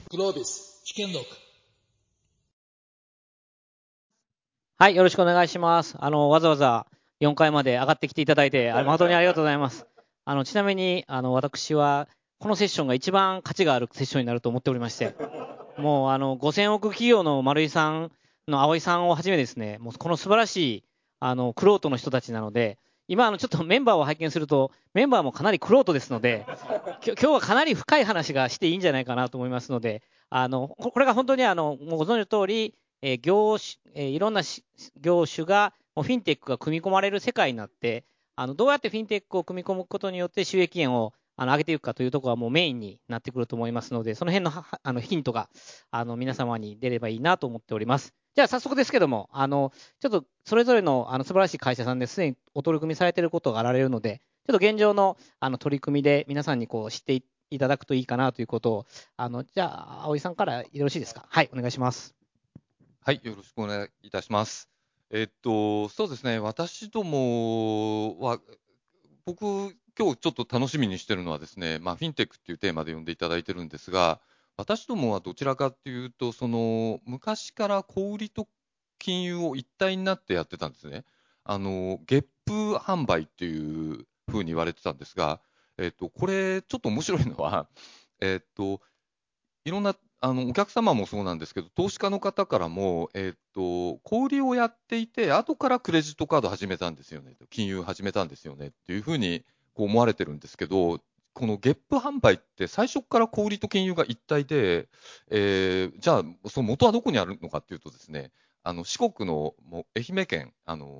グロービス試験録。 はい、よろしくお願いします。わざわざ4階まで上がってきていただいて、誠にありがとうございます。ちなみに、私は、このセッションが一番価値があるセッションになると思っておりまして、もう、5000億企業の丸井さんの葵さんをはじめですね、もうこの素晴らしい、玄人の人たちなので、今、ちょっとメンバーを拝見すると、メンバーもかなり玄人ですので、今日はかなり深い話がしていいんじゃないかなと思いますので、これが本当にもうご存知の通り、いろんな業種が、もうフィンテックが組み込まれる世界になって、どうやってフィンテックを組み込むことによって収益源を上げていくかというところはもうメインになってくると思いますので、その辺のヒントが皆様に出ればいいなと思っております。じゃあ早速ですけども、ちょっとそれぞれの素晴らしい会社さんですでにお取り組みされていることがあられるので、ちょっと現状の取り組みで皆さんにこう知っていただくといいかなということを、じゃあ、葵さんからよろしいですか。はい、お願いします。 はい、よろしくお願いいたします。そうですね、私どもは、僕、今日ちょっと楽しみにしてるのはですね、フィンテックっていうテーマで呼んでいただいてるんですが、私どもはどちらかっていうと、昔から小売りと金融を一体になってやってたんですね。月風販売っていうふうに言われてたんですが、これ、ちょっと面白いのは、えっと、いろんなお客様もそうなんですけど、投資家の方からも、小売りをやっていて、後からクレジットカード始めたんですよね、金融始めたんですよねっていうふうにこう思われてるんですけど、この月付販売って最初から小売りと金融が一体で、じゃあ、その元はどこにあるのかっていうとですね、四国のもう愛媛県、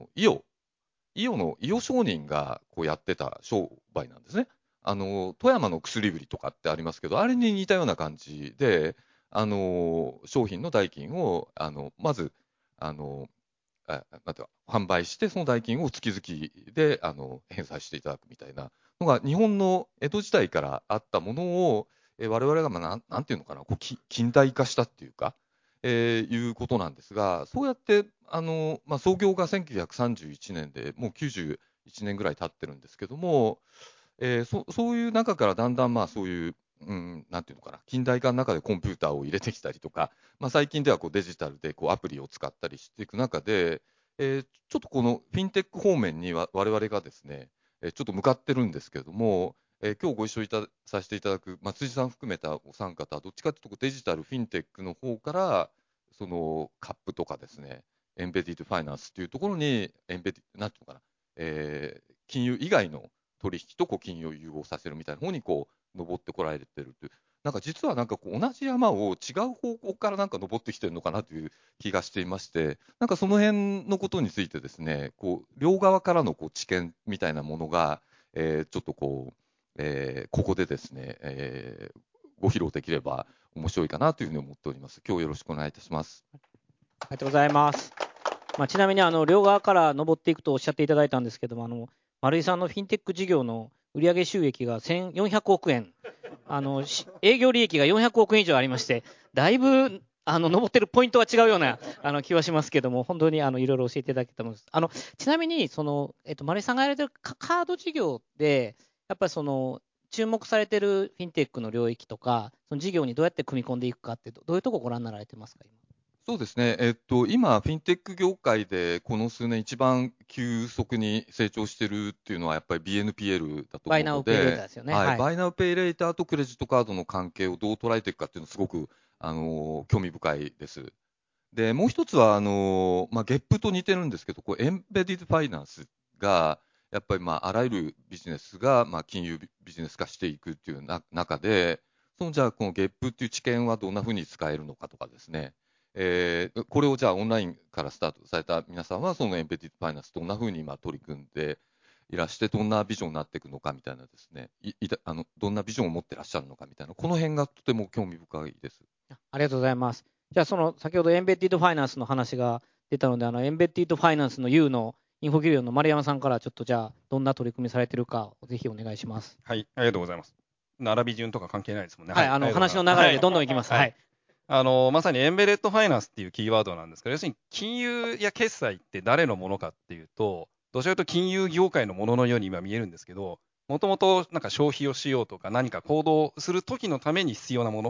伊予商人がこうやってた商売なんですね。富山の薬売りとかってありますけど、あれに似たような感じで、商品の代金を、まず、あの、なんていうか、販売して、その代金を月々で、返済していただくみたいなのが、日本の江戸時代からあったものを、我々が、なんていうのかな、こう近代化したっていうか、いうことなんですが、そうやって、創業が1931年で、もう91年ぐらい経ってるんですけども、そういう中からだんだん、そういう、なんていうのかな、近代化の中でコンピューターを入れてきたりとか、最近ではこうデジタルでこうアプリを使ったりしていく中で、ちょっとこのフィンテック方面には我々がですね、ちょっと向かってるんですけれども、今日ご一緒させていただく、辻さん含めたお三方は、どっちかというとデジタル、フィンテックの方から、そのカップとかですね、エンベディッドファイナンスっていうところに、なんていうのかな、金融以外の取引とこう金融を融合させるみたいな方にこう登ってこられてるという、なんか実はなんかこう同じ山を違う方向からなんか登ってきてるのかなという気がしていまして、なんかその辺のことについてですね、こう両側からのこう知見みたいなものが、ちょっとこう、ここでですね、ご披露できれば面白いかなというふうに思っております。今日よろしくお願いいたします。 ありがとうございます。ちなみに両側から登っていくとおっしゃっていただいたんですけども、丸井さんのフィンテック事業の売上収益が1400億円、営業利益が400億円以上ありまして、だいぶ登ってるポイントは違うような気はしますけども、本当にいろいろ教えていただけたと思います。ちなみに丸井さんがやられてるカード事業で、やっぱり注目されてるフィンテックの領域とか、その事業にどうやって組み込んでいくかって、どういうところをご覧になられてますか、今。 そうですね。今、フィンテック業界でこの数年一番急速に成長してるっていうのはやっぱり BNPL だとバイ思うナウペイレータので、 ーですよね。 はい、 はい。 バイナウペイレーターとクレジットカードの関係をどう捉えていくかっていうのはすごく、興味深いです。で、もう一つは、ゲップと似てるんですけど、こうエンベディッドファイナンスが、やっぱりあらゆるビジネスが、金融ビジネス化していくっていう中で、じゃあこのゲップっていう知見はどんなふうに使えるのかとかですね、これをじゃあオンラインからスタートされた皆さんは、そのエンベディッドファイナンスどんなふうに今取り組んでいらして、どんなビジョンになっていくのかみたいなですね、どんなビジョンを持ってらっしゃるのかみたいな、この辺がとても興味深いです。 ありがとうございます。じゃあ、先ほどエンベッディッドファイナンスの話が出たので、エンベッディッドファイナンスの U のインフォギュリオンの丸山さんから、ちょっとじゃあ、どんな取り組みされてるか、ぜひお願いします。 はい、ありがとうございます。並び順とか関係ないですもんね。 はい、 ありがとうございます。 話の流れでどんどんいきます。 はい。 はい。 まさにエンベレッドファイナンスっていうキーワードなんですけど、要するに金融や決済って誰のものかっていうと、どちらかというと金融業界のもののように今見えるんですけど、もともとなんか消費をしようとか何か行動する時のために必要なもの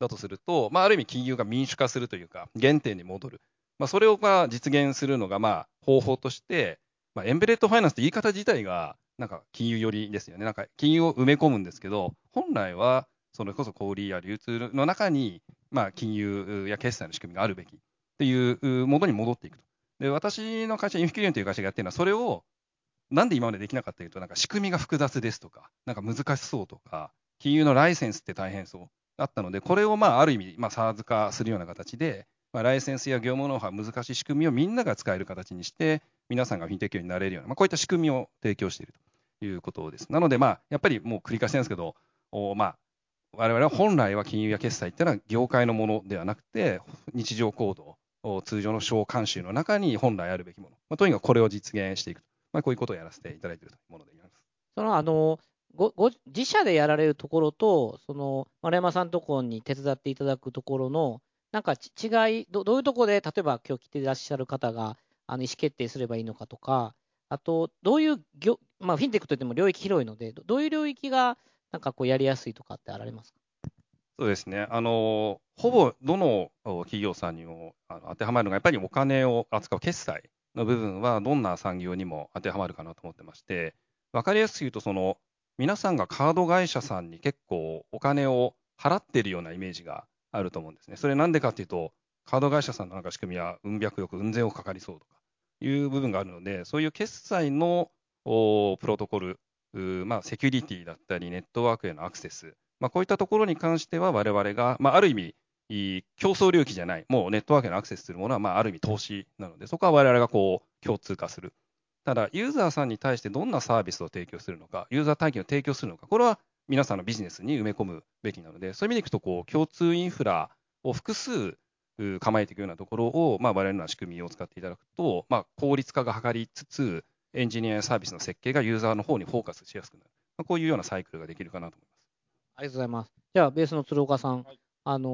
だとすると、ある意味金融が民主化するというか、原点に戻る。それを実現するのが方法として、エンベレッドファイナンスって言い方自体がなんか金融寄りですよね。なんか金融を埋め込むんですけど、本来はそれこそ小売や流通の中に、金融や決済の仕組みがあるべきっていうものに戻っていくと。で、私の会社、インフィキュリオンという会社がやってるのは、それをなんで今までできなかったかというと、なんか仕組みが複雑ですとか、なんか難しそうとか、金融のライセンスって大変そうだったので、これをある意味、SaaS 化するような形で、ライセンスや業務ノウハウ、難しい仕組みをみんなが使える形にして、皆さんがフィンテックになれるような、こういった仕組みを提供しているということです。なので、やっぱりもう繰り返しなんですけど、我々は本来は金融や決済っていうのは業界のものではなくて、日常行動、通常の商慣習の中に本来あるべきもの、とにかくこれを実現していく。こういうことをやらせていただいているというものであります。 自社でやられるところと、丸山さんのところに手伝っていただくところの、なんか違い、どういうところで、例えば今日来ていらっしゃる方が、意思決定すればいいのかとか、あと、どういうフィンテックといっても領域広いので、どういう領域が、なんかやりやすいとかってあられますか？ そうですね。ほぼどの企業さんにも当てはまるのが、やっぱりお金を扱う決済の部分は、どんな産業にも当てはまるかなと思ってまして、わかりやすく言うと、皆さんがカード会社さんに結構お金を払っているようなイメージがあると思うんですね。それなんでかっていうと、カード会社さんのなんか仕組みは、運百億、運善億かかりそうとかいう部分があるので、そういう決済のプロトコル、セキュリティだったり、ネットワークへのアクセス、こういったところに関しては、我々が、ある意味、競争領域じゃない、もうネットワークへのアクセスするものは、ある意味投資なので、そこは我々が共通化する。ただ、ユーザーさんに対してどんなサービスを提供するのか、ユーザー体験を提供するのか、これは皆さんのビジネスに埋め込むべきなので、そういう意味でいくと、共通インフラを複数構えていくようなところを、我々のような仕組みを使っていただくと、効率化が図りつつ、エンジニアやサービスの設計がユーザーの方にフォーカスしやすくなる。こういうようなサイクルができるかなと思います。 ありがとうございます。じゃあ、ベースの鶴岡さん、 はい、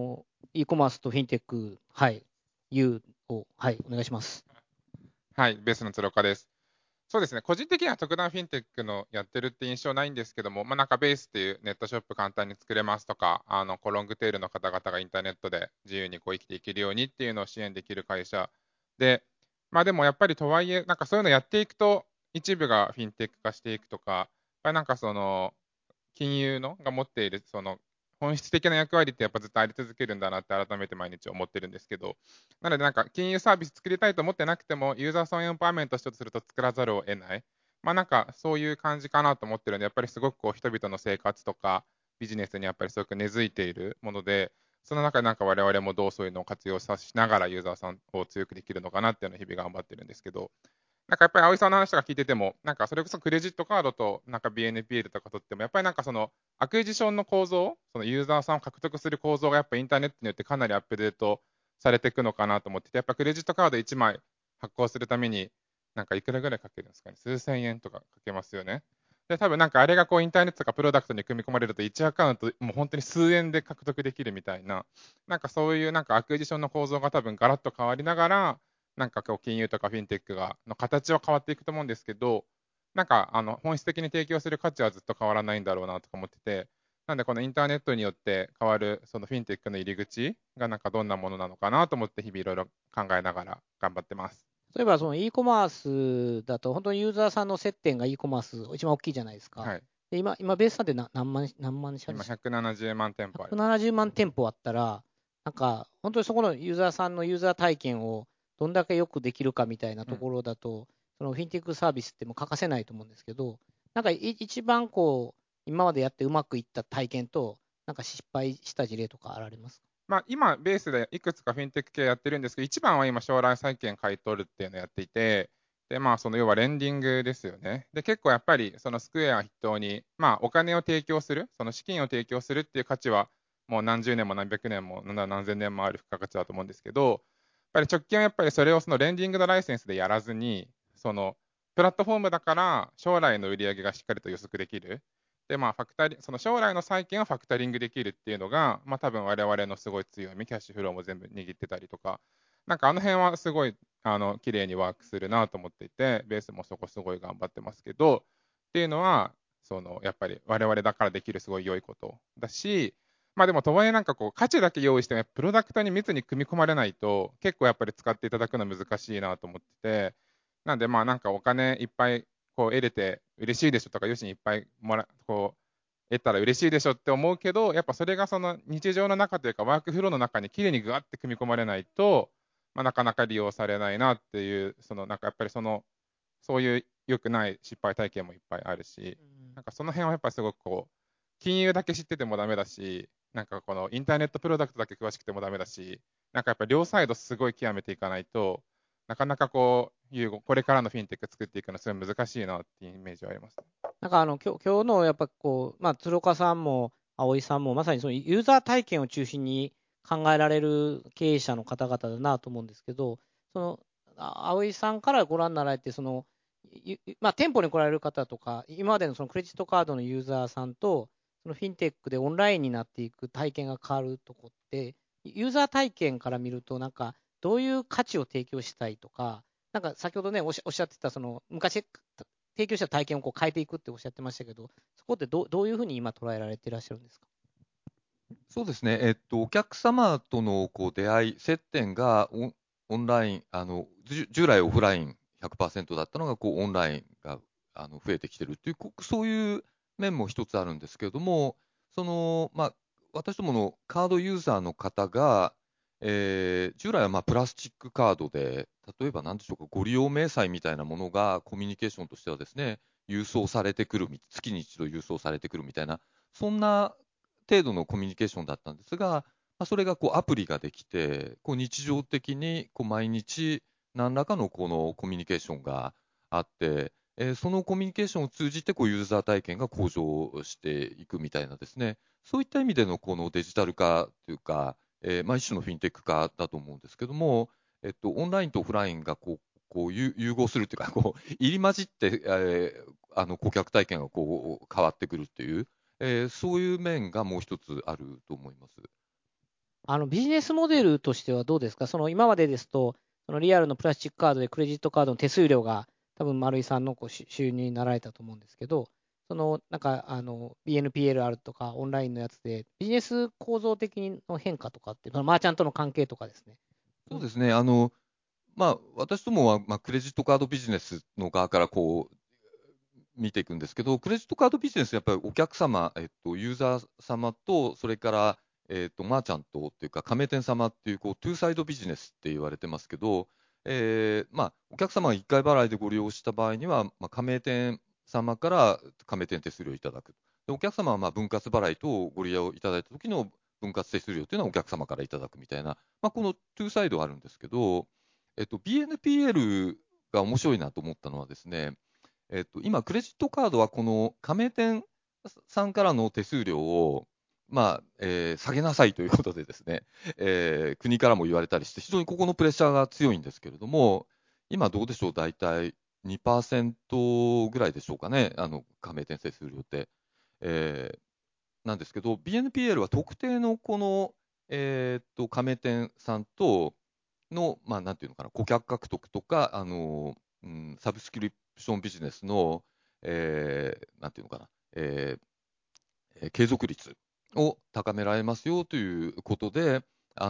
e コマースとフィンテック、はい、U を、はい、お願いします。 はい、ベースの鶴岡です。そうですね、個人的には特段フィンテックのやってるって印象ないんですけども、なんかベースっていうネットショップ簡単に作れますとか、ロングテールの方々がインターネットで自由に生きていけるようにっていうのを支援できる会社で、でもやっぱりとはいえ、なんかそういうのやっていくと、一部がフィンテック化していくとか、やっぱりなんか金融のが持っている本質的な役割ってやっぱずっとあり続けるんだなって改めて毎日思ってるんですけど、なのでなんか金融サービス作りたいと思ってなくても、ユーザーさんをエンパワーメントしようとすると作らざるを得ない。なんかそういう感じかなと思ってるんで、やっぱりすごく人々の生活とかビジネスにやっぱりすごく根付いているもので、その中でなんか我々もどうそういうのを活用さしながらユーザーさんを強くできるのかなっていうのを日々頑張ってるんですけど、なんかやっぱり葵さんの話とか聞いてても、なんかそれこそクレジットカードとなんか BNPL とか取っても、やっぱりなんかアクエジションの構造、そのユーザーさんを獲得する構造がやっぱインターネットによってかなりアップデートされていくのかなと思ってて、やっぱクレジットカード1枚発行するために、なんかいくらぐらいかけるんですかね、数千円とかかけますよね。で、多分なんかあれがインターネットとかプロダクトに組み込まれると1アカウントもう本当に数円で獲得できるみたいな、なんかそういうなんかアクエジションの構造が多分ガラッと変わりながら、なんか金融とかフィンテックの形は変わっていくと思うんですけど、なんか本質的に提供する価値はずっと変わらないんだろうなとか思ってて、なんでこのインターネットによって変わるそのフィンテックの入り口がなんかどんなものなのかなと思って日々いろいろ考えながら頑張ってます。 例えばe コマースだと、本当にユーザーさんの接点が e コマース一番大きいじゃないですか。 はい。 で今ベースさんって何万社で今した 170万店舗あります。 170万店舗あったら、なんか本当にそこのユーザーさんのユーザー体験をどんだけよくできるかみたいなところだと、そのフィンテックサービスってもう欠かせないと思うんですけど、なんか一番今までやってうまくいった体験と、なんか失敗した事例とかあられますか？ 今、ベースでいくつかフィンテック系やってるんですけど、一番は今、将来債券買い取るっていうのをやっていて、で、その要はレンディングですよね。で、結構やっぱり、そのスクエア筆頭に、お金を提供する、その資金を提供するっていう価値は、もう何十年も何百年も、なんだ何千年もある付加価値だと思うんですけど、やっぱり直近はやっぱりそれをそのレンディングのライセンスでやらずに、プラットフォームだから将来の売り上げがしっかりと予測できる。で、その将来の債券をファクタリングできるっていうのが、多分我々のすごい強み、キャッシュフローも全部握ってたりとか、なんかあの辺はすごい、綺麗にワークするなと思っていて、ベースもそこすごい頑張ってますけど、っていうのは、やっぱり我々だからできるすごい良いことだし、 まあでも、とはいえなんかこう、価値だけ用意しても、プロダクトに密に組み込まれないと、結構やっぱり使っていただくの難しいなと思ってて、なんでまあなんかお金いっぱいこう得れて嬉しいでしょとか、よしにいっぱいこう、得たら嬉しいでしょって思うけど、やっぱそれがその日常の中というか、ワークフローの中にきれいにぐわって組み込まれないと、まあ、なかなか利用されないなっていう、そのなんかやっぱりそういう良くない失敗体験もいっぱいあるし、なんかその辺はやっぱりすごくこう、金融だけ知っててもダメだし、なんかこのインターネットプロダクトだけ詳しくてもダメだし、なんかやっぱり両サイドすごい極めていかないと、なかなかこれからのフィンテック作っていくのすごい難しいなっていうイメージはあります。 なんか今日のやっぱこう、まあ、鶴岡さんも葵さんもまさにそのユーザー体験を中心に考えられる経営者の方々だなと思うんですけど、その葵さんからご覧になられて、まあ、店舗に来られる方とか、今までのそのクレジットカードのユーザーさんと、そのフィンテックでオンラインになっていく体験が変わるとこって、ユーザー体験から見ると、なんかどういう価値を提供したいとか、なんか先ほどね、おっしゃってた、昔提供した体験をこう変えていくっておっしゃってましたけど、そこってどういうふうに今捉えられていらっしゃるんですか？ そうですね、お客様との出会い、接点がオンライン、従来オフライン100%だったのがオンラインが増えてきてるっていう、そういう面も一つあるんですけれども、まあ、私どものカードユーザーの方が、従来はプラスチックカードで、例えば何でしょうか、ご利用明細みたいなものがコミュニケーションとしてはですね、郵送されてくる、月に一度郵送されてくるみたいな、そんな程度のコミュニケーションだったんですが、それがアプリができて、日常的に毎日何らかのこのコミュニケーションがあって、そのコミュニケーションを通じてユーザー体験が向上していくみたいなですね、そういった意味でのこのデジタル化というか、一種のフィンテック化だと思うんですけども、オンラインとオフラインが融合するというか、入り混じって、顧客体験が変わってくるっていう、そういう面がもう一つあると思います。 ビジネスモデルとしてはどうですか？今までですと、そのリアルのプラスチックカードでクレジットカードの手数料が多分丸井さんの収入になられたと思うんですけど、なんかBNPL あるとか、オンラインのやつで、ビジネス構造的の変化とかって、マーチャントの関係とかですね。 そうですね。私どもは、クレジットカードビジネスの側から見ていくんですけど、クレジットカードビジネス、やっぱりお客様、ユーザー様と、それから、マーチャントっていうか、加盟店様っていう、トゥーサイドビジネスって言われてますけど、お客様が1回払いでご利用した場合には、加盟店様から加盟店手数料をいただく。でお客様は分割払いとご利用いただいた時の分割手数料というのはお客様からいただくみたいな、このトゥーサイドあるんですけど、BNPL が面白いなと思ったのはですね、今、クレジットカードはこの加盟店さんからの手数料を、下げなさいということでですね、国からも言われたりして、非常にここのプレッシャーが強いんですけれども、今どうでしょう、大体2%ぐらいでしょうかね、加盟店手数料って。えーなんですけど、BNPL は特定の加盟店さんとの、なんていうのかな、顧客獲得とか、サブスクリプションビジネスの、なんていうのかな、継続率を高められますよということで、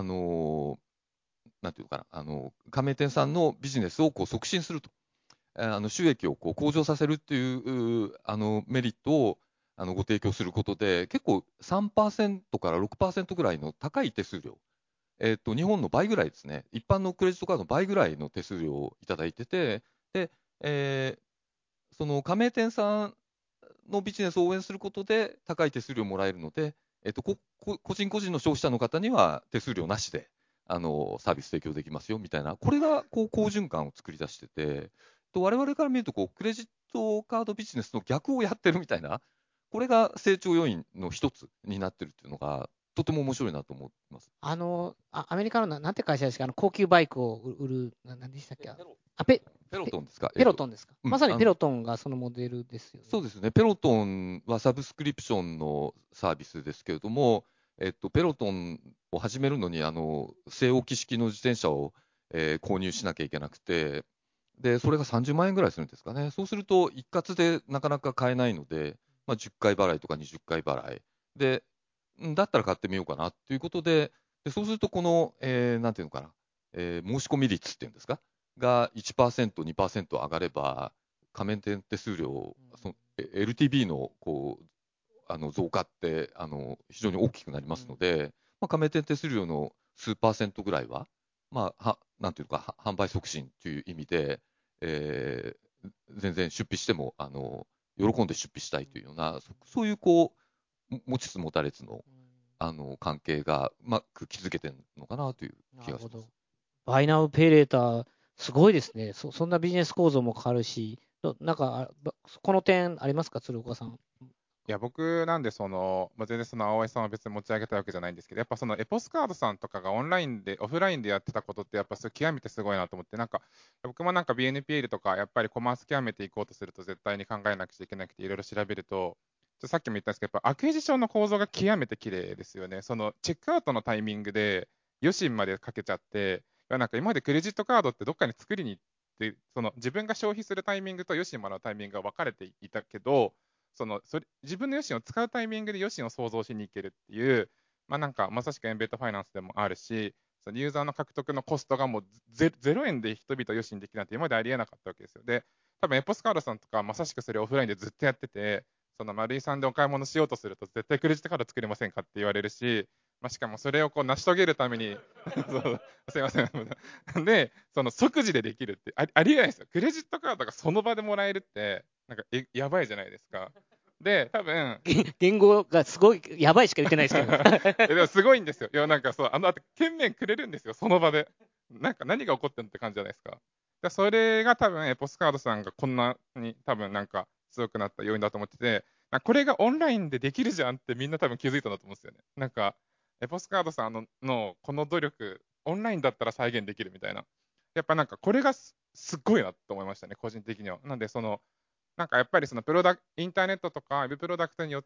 なんていうのかな、加盟店さんのビジネスを促進すると、収益を向上させるっていうメリットをご提供することで、結構3%から6%ぐらいの高い手数料、日本の倍ぐらいですね、一般のクレジットカードの倍ぐらいの手数料をいただいてて、で、その加盟店さんのビジネスを応援することで高い手数料をもらえるので、個人個人の消費者の方には手数料なしでサービス提供できますよみたいな、これが好循環を作り出してて、我々から見るとクレジットカードビジネスの逆をやってるみたいな、これが成長要因の一つになってるっていうのが、とても面白いなと思います。 アメリカのなんて会社ですか？高級バイクを売る、何でしたっけ？ ペロトンですか？ ペロトンですか？ うんまさにペロトンがそのモデルですよね。 そうですね。ペロトンはサブスクリプションのサービスですけれども、ペロトンを始めるのに、据え置き式の自転車を、購入しなきゃいけなくて、で、それが30万円ぐらいするんですかね。そうすると、一括でなかなか買えないので、10回払いとか20回払い。で、 だったら買ってみようかなということで、そうするとこの、なんていうのかな、申し込み率っていうんですか、が 1%、2% 上がれば、加盟店手数料、LTV のこう増加って非常に大きくなりますので、加盟店手数料の数%ぐらいは、なんていうか、販売促進という意味で、全然出費しても喜んで出費したいというような、そういうこう持ちつ持たれつの関係がうまく築けてるのかなという気がします。 バイナウペイレーター、すごいですね。そんなビジネス構造も変わるし、なんか、この点ありますか、鶴岡さん。 いや、僕なんで全然青井さんは別に持ち上げたわけじゃないんですけど、やっぱエポスカードさんとかがオンラインで、オフラインでやってたことって、やっぱ極めてすごいなと思って、僕もBNPL とか、やっぱりコマース極めていこうとすると絶対に考えなくちゃいけなくて、いろいろ調べると、さっきも言ったんですけど、やっぱアクエジションの構造が極めて綺麗ですよね。チェックアウトのタイミングで、余震までかけちゃって、いや今までクレジットカードってどっかに作りに行って、自分が消費するタイミングと余震までのタイミングが分かれていたけど、自分の余震を使うタイミングで余震を想像しに行けるっていう、まさしくエンベッドファイナンスでもあるし、ユーザーの獲得のコストがもう0円で人々余震できるなんて今までありえなかったわけですよ。で、多分エポスカードさんとかまさしくそれオフラインでずっとやってて、丸井さんでお買い物しようとすると絶対クレジットカード作れませんかって言われるし、しかもそれをこう成し遂げるためにそうすいません。で、即時でできるってありえないですよ。クレジットカードがその場でもらえるって、やばいじゃないですか。で、多分、 言語がすごい、やばいしか言ってないですけど。 でもすごいんですよ。いや、あと、券面くれるんですよ、その場で。何が起こってんのって感じじゃないですか。それが多分、エポスカードさんがこんなに多分強くなった要因だと思ってて、これがオンラインでできるじゃんってみんな多分気づいたんだと思うんですよね。エポスカードさんのこの努力、オンラインだったら再現できるみたいな。やっぱこれがすっごいなと思いましたね、個人的には。なんで、やっぱりインターネットとかウェブプロダクトによって、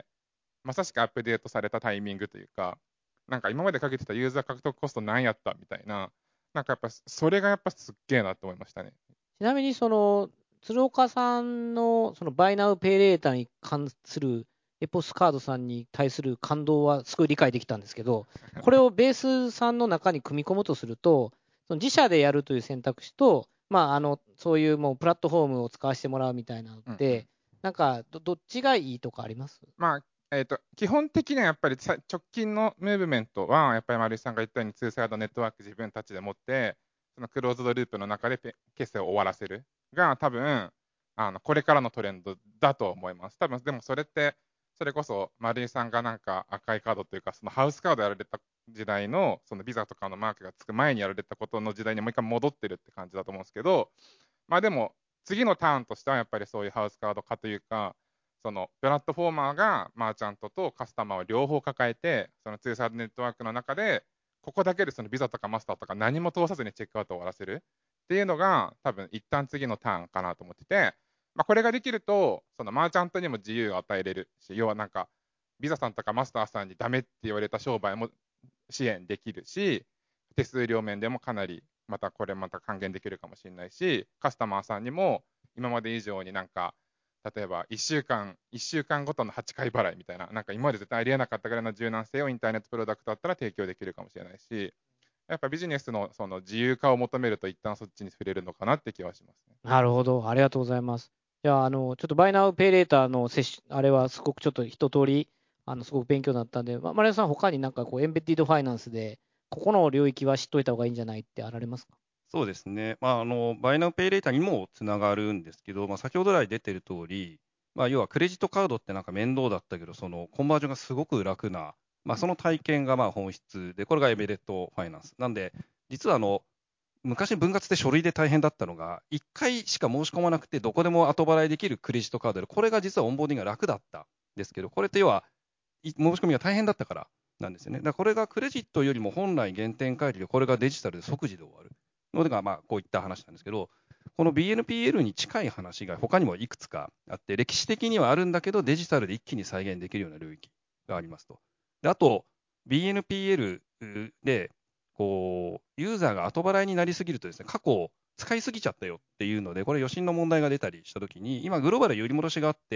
まさしくアップデートされたタイミングというか、今までかけてたユーザー獲得コスト何やったみたいな、やっぱそれがやっぱすっげえなと思いましたね。 ちなみに鶴岡さんのバイナウペイレーターに関するエポスカードさんに対する感動はすごい理解できたんですけど、これをベースさんの中に組み込むとすると、自社でやるという選択肢と、そういうもうプラットフォームを使わせてもらうみたいなのって、どっちがいいとかあります？ 基本的にはやっぱり直近のムーブメントは、やっぱり丸井さんが言ったように、ツーサイドネットワーク自分たちで持って、そのクローズドループの中で決済を終わらせるが、多分これからのトレンドだと思います。多分でもそれって、それこそ丸井さんが赤いカードというか、そのハウスカードやられた時代の、そのビザとかのマークがつく前にやられたことの時代にもう一回戻ってるって感じだと思うんですけど、でも、次のターンとしてはやっぱりそういうハウスカード化というか、プラットフォーマーがマーチャントとカスタマーを両方抱えて、そのツーサイドネットワークの中で、ここだけでそのビザとかマスターとか何も通さずにチェックアウトを終わらせるっていうのが、多分一旦次のターンかなと思ってて、これができると、そのマーチャントにも自由を与えれるし、要はビザさんとかマスターさんにダメって言われた商売も支援できるし、手数料面でもかなり、また還元できるかもしれないし、カスタマーさんにも今まで以上に例えば1週間ごとの8回払いみたいな、今まで絶対ありえなかったぐらいの柔軟性をインターネットプロダクトだったら提供できるかもしれないし、やっぱビジネスのその自由化を求めると一旦そっちに触れるのかなって気はしますね。 なるほど。ありがとうございます。じゃあ、ちょっとバイナウペイレーターのあれはすごくちょっと一通り、すごく勉強になったんで、丸山さん、他にエンベッディドファイナンスで、ここの領域は知っといた方がいいんじゃないってあられますか？ そうですね。バイナウペイレーターにもつながるんですけど、先ほど来出てる通り、要はクレジットカードって面倒だったけど、そのコンバージョンがすごく楽な、その体験が本質で、これがエベレットファイナンス。なんで、実は昔分割で書類で大変だったのが、1回しか申し込まなくて、どこでも後払いできるクレジットカードで、これが実はオンボーディングが楽だったんですけど、これって要は、申し込みが大変だったからなんですよね。だからこれがクレジットよりも本来原点回帰で、これがデジタルで即時で終わるのが、こういった話なんですけど、この BNPL に近い話が他にもいくつかあって、歴史的にはあるんだけど、デジタルで一気に再現できるような領域がありますと。であと、BNPL で、ユーザーが後払いになりすぎるとですね、過去使いすぎちゃったよっていうので、これ余震の問題が出たりしたときに、今グローバル揺り戻しがあって、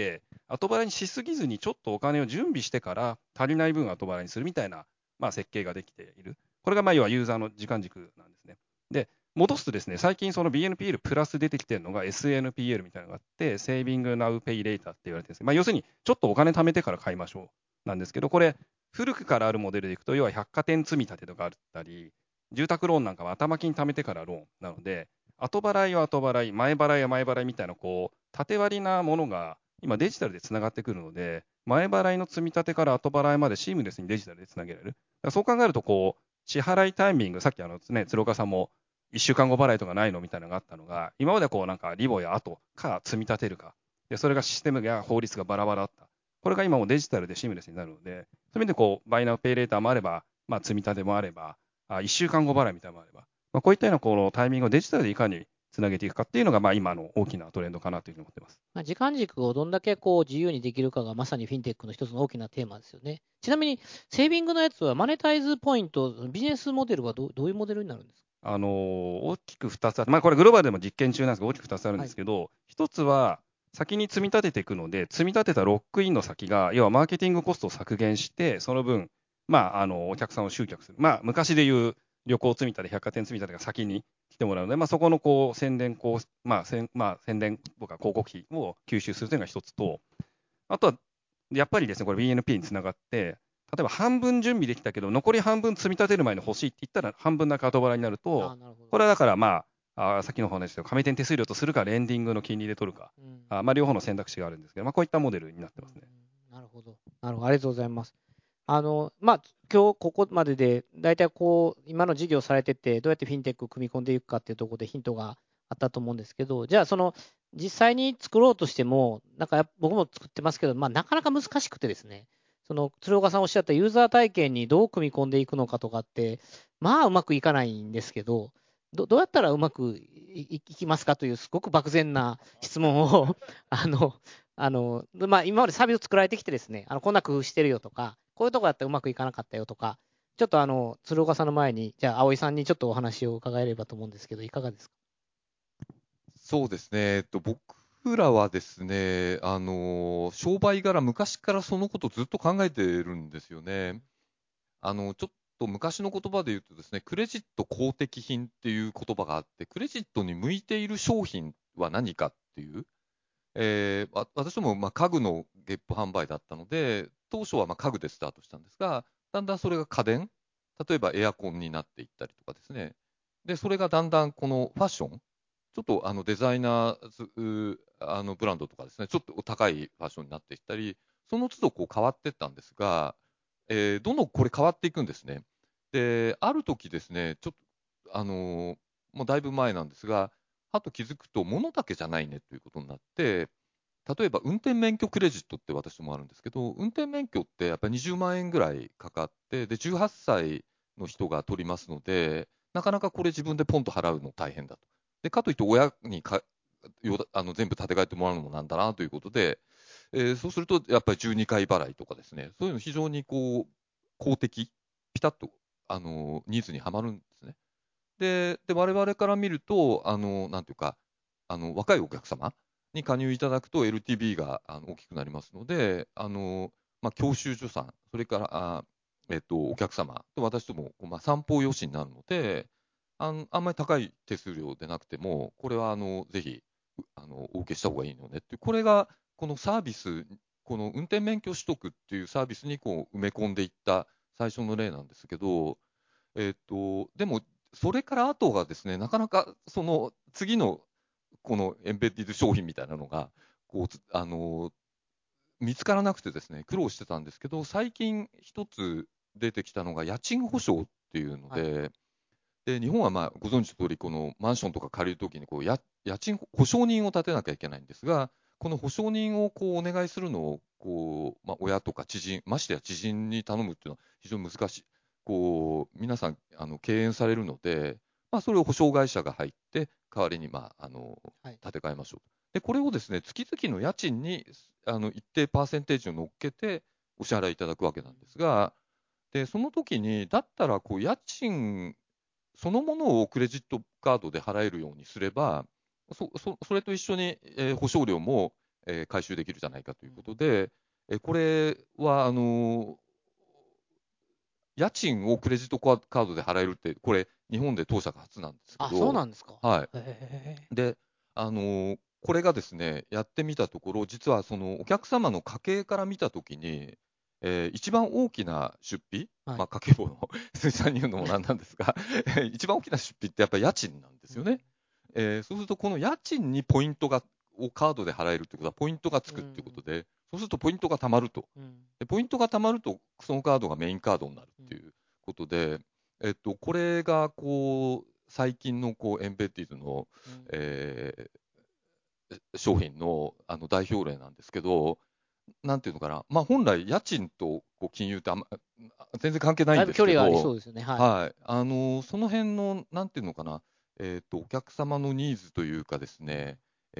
後払いにしすぎずにちょっとお金を準備してから足りない分後払いにするみたいな、設計ができている。これが要はユーザーの時間軸なんですね。で、戻すとですね、最近その BNPL プラス出てきてるのが SNPL みたいなのがあって、セービングナウペイレーターって言われてるんですね。要するに、ちょっとお金貯めてから買いましょうなんですけど、これ、古くからあるモデルでいくと、要は百貨店積み立てとかあったり、住宅ローンなんかは頭金貯めてからローンなので、後払いは後払い、前払いは前払いみたいな、縦割りなものが今デジタルでつながってくるので、前払いの積み立てから後払いまでシームレスにデジタルでつなげられる。そう考えると、支払いタイミング、さっき鶴岡さんも1週間後払いとかないのみたいなのがあったのが、今までなんかリボや後か積み立てるか、でそれがシステムや法律がバラバラだった。これが今もデジタルでシームレスになるので、そういう意味でバイナウペイレーターもあれば、積み立てもあれば、1週間後払いみたいなのもあれば、こういったようなタイミングをデジタルでいかにつなげていくかっていうのが、今の大きなトレンドかなというふうに思ってます。 時間軸をどんだけ自由にできるかがまさにフィンテックの一つの大きなテーマですよね。ちなみに、セービングのやつはマネタイズポイント、ビジネスモデルはどういうモデルになるんですか？ 大きく2つあって、これグローバルでも実験中なんですが、大きく2つあるんですけど、1つは先に積み立てていくので、積み立てたロックインの先が、要はマーケティングコストを削減して、その分、お客さんを集客する。昔でいう旅行積み立て、百貨店積み立てが先に来てもらうので、そこの宣伝宣伝とか広告費を吸収するというのが1つと、あとは、やっぱりですね、これ BNP につながって、例えば半分準備できたけど、残り半分積み立てる前に欲しいって言ったら、半分だけ後払いになると、 なるほど。 これはだからさっきの話ですけど、加盟店手数料とするか、レンディングの金利で取るか、両方の選択肢があるんですけど、こういったモデルになってますね。 なるほど。なるほど。ありがとうございます。今日ここまでで、大体今の事業されてて、どうやってフィンテックを組み込んでいくかっていうところでヒントがあったと思うんですけど、じゃあ、実際に作ろうとしても、僕も作ってますけど、なかなか難しくてですね、鶴岡さんおっしゃったユーザー体験にどう組み込んでいくのかとかって、うまくいかないんですけど、どうやったらうまくいきますかというすごく漠然な質問を今までサービスを作られてきてですね、こんな工夫してるよとか、こういうとこだったらうまくいかなかったよとか、ちょっと鶴岡さんの前に、じゃあ葵さんにちょっとお話を伺えればと思うんですけど、いかがですか？ そうですね、僕らはですね、商売柄、昔からそのことずっと考えてるんですよね。ちょっと昔の言葉で言うとですね、クレジット公的品っていう言葉があって、クレジットに向いている商品は何かっていう、私ども家具の月歩販売だったので、当初は家具でスタートしたんですが、だんだんそれが家電、例えばエアコンになっていったりとかですね、でそれがだんだんこのファッション、ちょっとデザイナーズブランドとかですね、ちょっと高いファッションになっていったり、その都度変わっていったんですが、どんどんこれ変わっていくんですね。で、ある時ですね、ちょっと、もうだいぶ前なんですが、はと気づくと、物だけじゃないねということになって、例えば運転免許クレジットって私もあるんですけど、運転免許ってやっぱり20万円ぐらいかかって、で、18歳の人が取りますので、なかなかこれ自分でポンと払うの大変だと。で、かといって親に全部立て替えてもらうのもなんだなということで、そうするとやっぱり12回払いとかですね、そういうの非常に公的、ピタッとニーズにはまるんですね。で我々から見ると、なんていうか、若いお客様に加入いただくと LTV が大きくなりますので、教習所さん、それからお客様と私とも、三方よしになるので、あんまり高い手数料でなくても、これはぜひお受けした方がいいのねっていう、これがこのサービス、この運転免許取得っていうサービスに埋め込んでいった最初の例なんですけど、でも、それから後がですね、なかなかその次のこのエンベディド商品みたいなのが見つからなくてですね、苦労してたんですけど、最近一つ出てきたのが家賃保証っていうので、で日本はご存知の通り、このマンションとか借りるときに家賃保証人を立てなきゃいけないんですが、この保証人をお願いするのを親とか知人、ましてや知人に頼むっていうのは非常に難しい。皆さん敬遠されるので、それを保証会社が入って、代わりに立て替えましょう。で、これをですね、月々の家賃に一定パーセンテージを乗っけてお支払いいただくわけなんですが、で、その時に、だったら家賃そのものをクレジットカードで払えるようにすれば、それと一緒に、保証料も、 回収できるじゃないかということで、これは家賃をクレジットカードで払えるって、これ、日本で当社が初なんですけあ、そうど、 なんですか。 はい。 へで、これがですね、やってみたところ、実はそのお客様の家計から見たときに、一番大きな出費、 はいまあ、家計簿の水産に言うのもなんなんですが、一番大きな出費ってやっぱり家賃なんですよね。そうすると、この家賃にポイントをカードで払えるということは、ポイントがつくっていうことで、そうするとポイントが貯まると。で、ポイントが貯まると、そのカードがメインカードになるっていうことで、これがこう最近のこうエンベッディドの、え商品の代表例なんですけど、なんていうのかな、まあ、本来、家賃とこう金融って全然関係ないんですだいぶ距離がありそけど、 うですよね。はい。 はい、その辺の、なんていうのかな、お客様のニーズというかですね、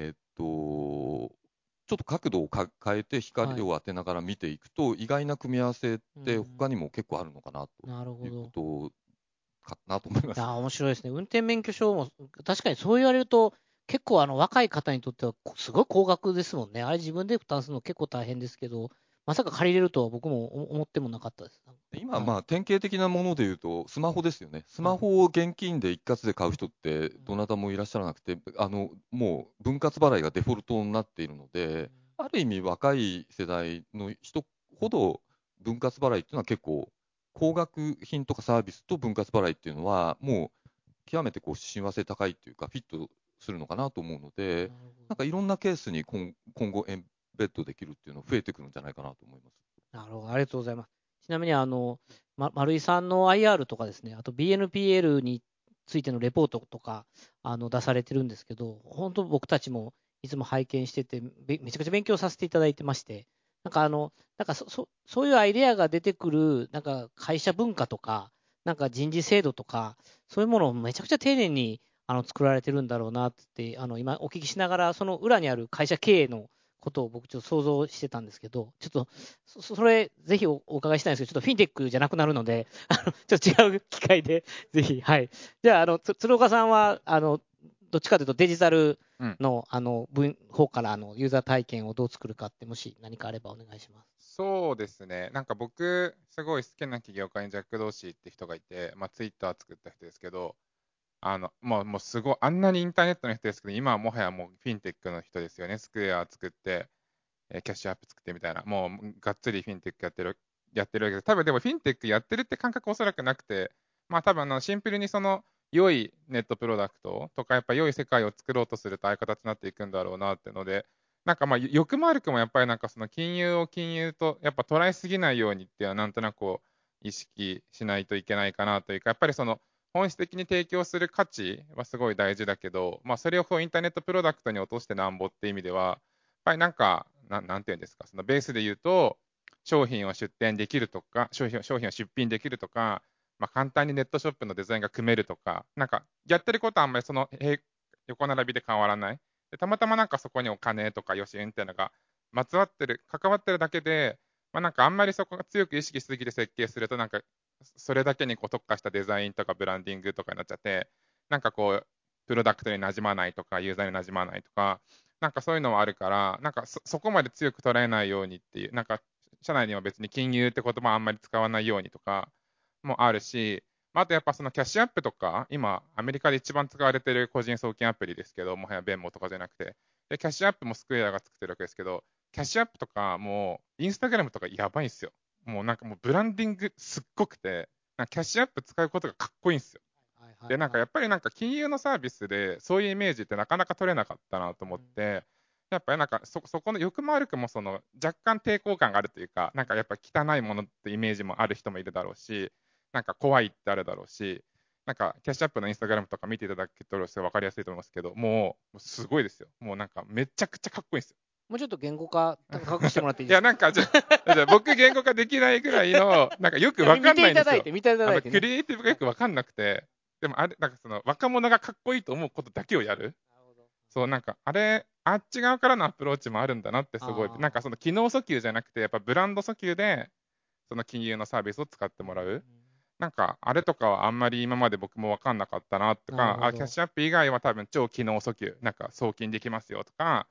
ちょっと角度を変えて光を当てながら見ていくと、意外な組み合わせって他にも結構あるのかななるほというど。 ことかなと思います。 面白いですね。運転免許証も、確かにそう言われると、結構若い方にとってはすごい高額ですもんね。あれ自分で負担するの結構大変ですけど、まさか借りれるとは僕も思ってもなかったです。 今、 はい。 まあ、典型的なもので言うと、スマホですよね。スはい。 マホを現金で一括で買う人って、どなたもいらっしゃらなくて、もう分割払いがデフォルトになっているので、ある意味、若い世代の人ほど、分割払いっていうのは結構、高額品とかサービスと分割払いっていうのは、もう極めてこう親和性高いっていうか、フィットするのかなと思うので、 なるほなんかいろんなケースに今後、エンベッドできるっていうの増えてくるんじゃないかなと思います。 ど。なるほど。ありがとうございます。ちなみに、丸井さんの IR とかですね、あと BNPL についてのレポートとか、出されてるんですけど、本当僕たちもいつも拝見してて、めちゃくちゃ勉強させていただいてまして、なんかそういうアイデアが出てくる、なんか会社文化とか、なんか人事制度とか、そういうものをめちゃくちゃ丁寧に作られてるんだろうなって、今お聞きしながら、その裏にある会社経営のことを僕ちょっと想像してたんですけど、ちょっとそれぜひお伺いしたいんですけど、ちょっとフィンテックじゃなくなるので、ちょっと違う機会で、ぜひ、はい。じゃあ、鶴岡さんは、どっちかというとデジタルうん。 の、方から、ユーザー体験をどう作るかって、もし何かあればお願いします。 そうですね。なんか僕、すごい好きな起業家にジャック・ドーシーって人がいて、まあ、ツイッター作った人ですけど、もうすごい、あんなにインターネットの人ですけど、今はもはやもうフィンテックの人ですよね。スクエア作って、キャッシュアップ作ってみたいな、もうがっつりフィンテックやってるわけです。多分でもフィンテックやってるって感覚おそらくなくて、まあ多分シンプルにその良いネットプロダクトとか、やっぱ良い世界を作ろうとするとああいう形になっていくんだろうなっていうので、なんかまあ欲も悪くもやっぱりなんかその金融を金融とやっぱ捉えすぎないようにっていうのはなんとなくこう意識しないといけないかなというか、やっぱりその本質的に提供する価値はすごい大事だけど、まあそれをこうインターネットプロダクトに落としてなんぼっていう意味では、ぱりなんか、なんていうんですか、そのベースで言うと、商品を出店できるとか、商品を出品できるとか、まあ、簡単にネットショップのデザインが組めるとか、なんか、やってることはあんまりその横並びで変わらない。でたまたまなんかそこにお金とか余震っていうのがまつわってる、関わってるだけで、まあ、なんかあんまりそこが強く意識しすぎて設計すると、なんか、それだけにこう特化したデザインとかブランディングとかになっちゃって、なんかこう、プロダクトに馴染まないとか、ユーザーに馴染まないとか、なんかそういうのはあるから、なんかそこまで強く捉えないようにっていう、なんか社内には別に金融って言葉あんまり使わないようにとかもあるし、まあ、あとやっぱそのキャッシュアップとか、今、アメリカで一番使われてる個人送金アプリですけど、もはやベンモとかじゃなくて、で、キャッシュアップもスクエアが作ってるわけですけど、キャッシュアップとかもう、インスタグラムとかやばいんですよ。もうなんかもうブランディングすっごくて、なんかキャッシュアップ使うことがかっこいいんですよ。で、なんかはいはいはい。 やっぱりなんか金融のサービスでそういうイメージってなかなか取れなかったなと思って、やっぱりなんかそこの欲も悪くもその若干抵抗感があるというか、なんかやっぱ汚いものってイメージもある人もいるだろうし、なんか怖いってあるだろうし、なんかキャッシュアップのインスタグラムとか見ていただけたら分かりやすいと思いますけど、もうすごいですよ。もうなんかめちゃくちゃかっこいいんですよ。 もうちょっと言語化、隠してもらっていいいや、 ですか？ なんかじゃあ僕言語化できないぐらいの、なんかよくわかんないんですよ。 見ていただいてね。 クリエイティブがよくわかんなくて、でもあれ、なんかその若者がかっこいいと思うことだけをやる。 なるほど。 そう、なんかあれ、あっち側からのアプローチもあるんだなってすごい、なんかあその機能訴求じゃなくて、やっぱブランド訴求で、その金融のサービスを使ってあ、 もらう。なんか、あれとかはあんまり今まで僕も分かんなかったなとか、キャッなるほど。 シュアップ以外は多分超機能訴求、なんか送金できますよとか、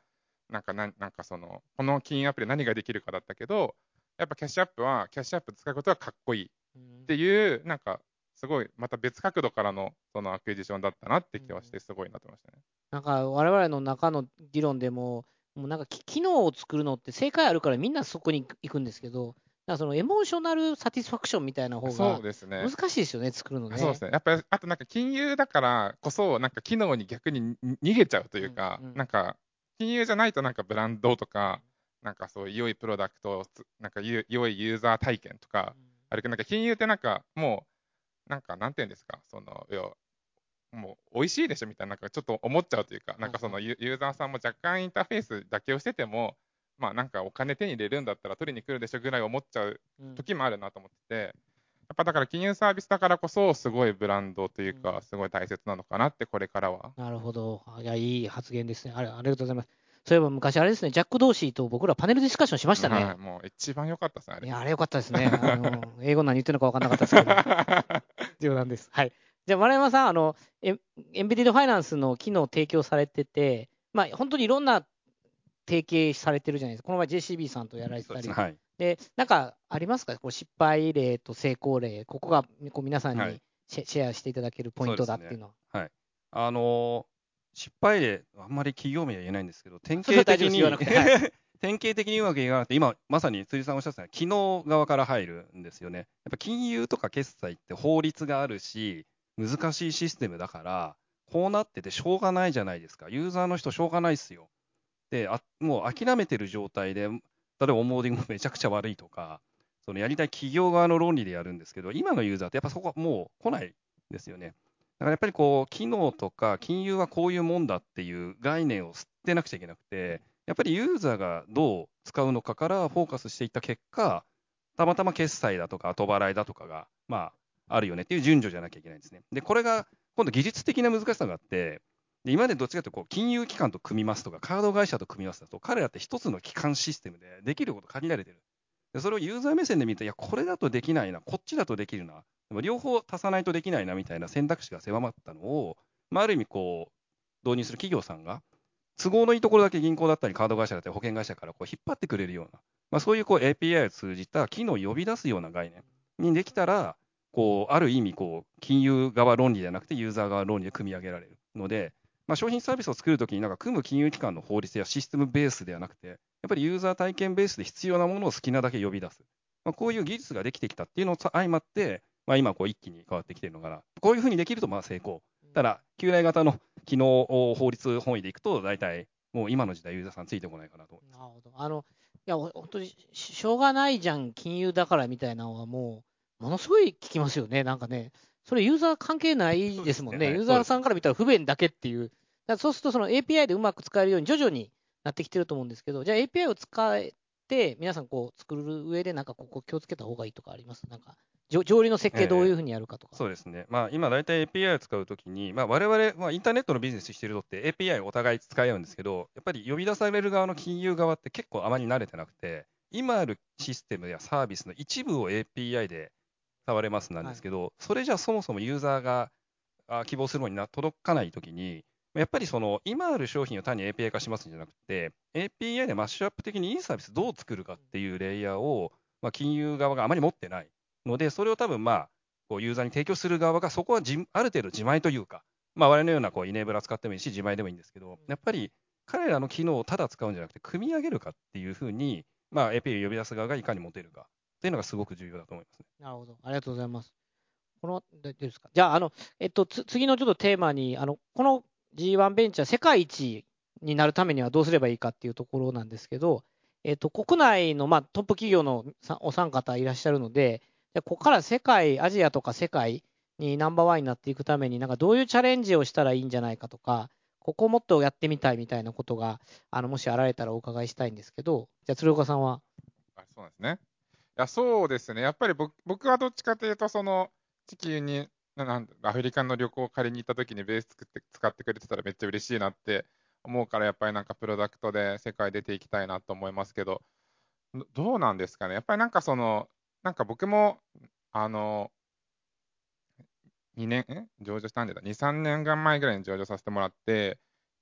なんかその、この金融アプリ何ができるかだったけど、やっぱキャッシュアップは、キャッシュアップ使うことはかっこいいっていう、なんか、すごい、また別角度からの、そのアクエジションだったなって気はして、すごいなと思いましたね。 なんか我々の中の議論でも、もうなんか機能を作るのって正解あるからみんなそこに行くんですけど、なんかそのエモーショナルサティスファクションみたいな方そうがですね。 難しいですよね、作るのね。 そうですね。やっぱり、あとなんか金融だからこそ、なんか機能に逆に逃げちゃうというか、 うんうんなんか、金融じゃないとなんかブランドとか、なんかそういう良いプロダクト、なんか良いユーザー体験とか、あるけど、なんか金融ってなんかもう、なんかなんていうんですか、その、もう美味しいでしょみたいな、なんかちょっと思っちゃうというか、なんかそのユーザーさんも若干インターフェースだけをしてても、まあなんかお金手に入れるんだったら取りに来るでしょぐらい思っちゃう時もあるなと思ってて、やっぱだから金融サービスだからこそ、すごいブランドというか、すごい大切なのかなって、これからは。 なるほど。いや、いい発言ですね。ありがとうございます。そういえば昔あれですね、ジャック・ドーシーと僕らパネルディスカッションしましたね。 はい、もう一番良かったですね、あれ。 いや、あれ良かったですね。英語何言ってるのか分かんなかったですけど。冗談です。はい。じゃあ、丸山さん、エンベディドファイナンスの機能を提供されてて、まあ、本当にいろんな提携されてるじゃないですか。この前 JCB さんとやられてたり。 そうですね。はい。 で、なんかありますかこう失敗例と成功例。ここがこう皆さんはい。 にシェアしていただけるポイントそうですね。 だっていうのは。 はい。あの失敗例、あんまり企業名は言えないんですけど、典それは型大丈夫です。言わ的になくて。はい。 典型的にうまくいかなくて、今、まさに辻さんおっしゃってたように機能側から入るんですよね。やっぱ金融とか決済って法律があるし、難しいシステムだから、こうなっててしょうがないじゃないですか。ユーザーの人しょうがないっすよ。で、もう諦めてる状態で、例えばオンボーディングもめちゃくちゃ悪いとか、そのやりたい企業側の論理でやるんですけど、今のユーザーってやっぱそこはもう来ないですよね。だからやっぱりこう、機能とか金融はこういうもんだっていう概念を捨てなくちゃいけなくて、やっぱりユーザーがどう使うのかからフォーカスしていった結果、たまたま決済だとか後払いだとかが、まあ、あるよねっていう順序じゃなきゃいけないんですね。で、これが今度技術的な難しさがあって、で今までどっちかというとこう金融機関と組みますとか、カード会社と組みますだと、彼らって一つの基幹システムでできること限られてる。でそれをユーザー目線で見ると、いや、これだとできないな、こっちだとできるな、でも両方足さないとできないなみたいな選択肢が狭まったのを、まあ、ある意味こう、導入する企業さんが、都合のいいところだけ銀行だったり、カード会社だったり、保険会社からこう引っ張ってくれるような、まあ、そういうこう API を通じた機能を呼び出すような概念にできたら、こうある意味こう、金融側論理じゃなくて、ユーザー側論理で組み上げられるので、まあ、商品サービスを作るときに、なんか組む金融機関の法律やシステムベースではなくて、やっぱりユーザー体験ベースで必要なものを好きなだけ呼び出す。まあ、こういう技術ができてきたっていうのを相まって、まあ、今こう一気に変わってきてるのかな。こういうふうにできるとまあ成功。ただ、旧来型の機能法律本位でいくと、大体もう今の時代ユーザーさんついてこないかなと思います。 なるほど。いや、本当にしょうがないじゃん、金融だからみたいなのはもう、ものすごい聞きますよね。なんかね、それユーザー関係ないですもんね。 はい、 ユーザーそうですね。 さんから見たら不便だけっていう。だからそうするとその API でうまく使えるように徐々になってきてると思うんですけど、じゃあ API を使えて、皆さんこう作る上でなんかここ気をつけた方がいいとかありますなんか、条理の設計どういうふうにやるかとか。 そうですね。まあ、今、大体 API を使うときに、まあ、我々、まあ、インターネットのビジネスしてるとって API をお互い使い合うんですけど、やっぱり呼び出される側の金融側って結構あまり慣れてなくて、今あるシステムやサービスの一部を API で触れますなんはい。 ですけど、それじゃそもそもユーザーが希望するのに届かないときに、やっぱりその今ある商品を単に API 化しますんじゃなくて、API でマッシュアップ的にいいサービスどう作るかっていうレイヤーを、まあ、金融側があまり持ってないので、それを多分まあ、こうユーザーに提供する側がそこはある程度自前というか、まあ、我々のようなこうイネーブラ使ってもいいし、自前でもいいんですけど、やっぱり彼らの機能をただ使うんじゃなくて、組み上げるかっていうふうに、まあ、API を呼び出す側がいかに持てるかっていうのがすごく重要だと思いますね。 なるほど。ありがとうございます。大丈夫ですか。じゃあ、次のちょっとテーマに、この G1 ベンチャー世界一になるためにはどうすればいいかっていうところなんですけど、国内の、まあ、トップ企業のお三方いらっしゃるので、じゃあここからアジアとか世界にナンバーワンになっていくために、なんかどういうチャレンジをしたらいいんじゃないかとか、ここをもっとやってみたいみたいなことが、もしあられたらお伺いしたいんですけど、じゃあ鶴岡さんは。 そうなんですね。いや、そうですね。やっぱり僕はどっちかというと、その、地球に、アフリカの旅行を借りに行った時にベース作って使ってくれてたらめっちゃ嬉しいなって思うから、やっぱりなんかプロダクトで世界出ていきたいなと思いますけど、どうなんですかね。やっぱりなんかその、なんか僕も、あの、2年、上場したんだ2、3年前ぐらいに上場させてもらって、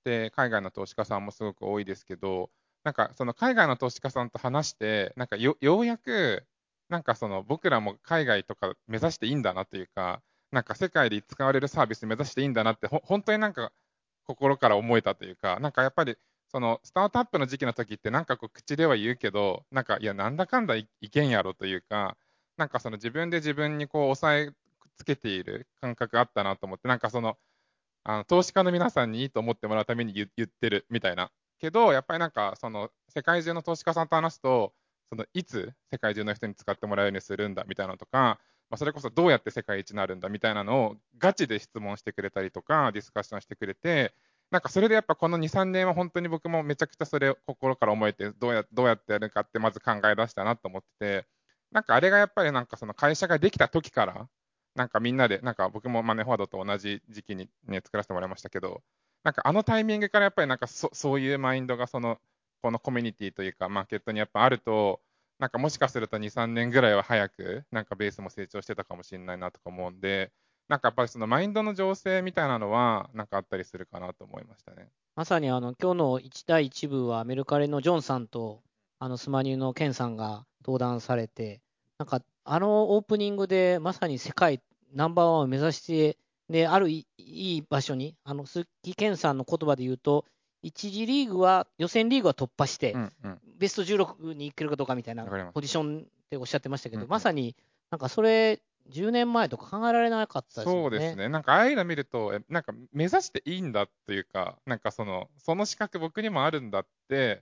で、海外の投資家さんもすごく多いですけど、なんかその海外の投資家さんと話して、なんかようやく、なんかその僕らも海外とか目指していいんだなというか、なんか世界で使われるサービス目指していいんだなって、本当になんか心から思えたというか、なんかやっぱり、そのスタートアップの時期の時ってなんかこう口では言うけど、なんかいやなんだかんだいけんやろというか、なんかその自分で自分にこう抑えつけている感覚あったなと思って、なんかその、投資家の皆さんにいいと思ってもらうために言ってるみたいな。けど、やっぱりなんか、その、世界中の投資家さんと話すと、その、いつ世界中の人に使ってもらえるようにするんだみたいなのとか、まあ、それこそどうやって世界一になるんだみたいなのをガチで質問してくれたりとか、ディスカッションしてくれて、なんかそれでやっぱこの2、3年は本当に僕もめちゃくちゃそれを心から思えて、どうやってやるかってまず考え出したなと思ってて、なんかあれがやっぱりなんかその会社ができた時から、なんかみんなで、なんか僕もマネーフォワードと同じ時期にね、作らせてもらいましたけど、なんかあのタイミングからやっぱりなんかそういうマインドがこのコミュニティというかマーケットにやっぱあると、なんかもしかすると2、3年ぐらいは早く、なんかベースも成長してたかもしれないなとか思うんで、なんかやっぱりそのマインドの醸成みたいなのは、なんかあったりするかなと思いましたね。 まさに今日の1対1部はメルカリのジョンさんとスマニューのケンさんが登壇されて、なんかオープニングでまさに世界ナンバーワンを目指して、で、あるいい場所に、鈴木健さんの言葉で言うと、一次リーグは、予選リーグは突破して、 うんうん。 ベスト16に行けるかどうかみたいなわかります。 ポジションっておっしゃってましたけど、 うんうん。 まさになんかそれ、10年前とか考えられなかったですもんね。 そうですね。なんかああいうの見ると、なんか目指していいんだというか、なんかその資格僕にもあるんだって、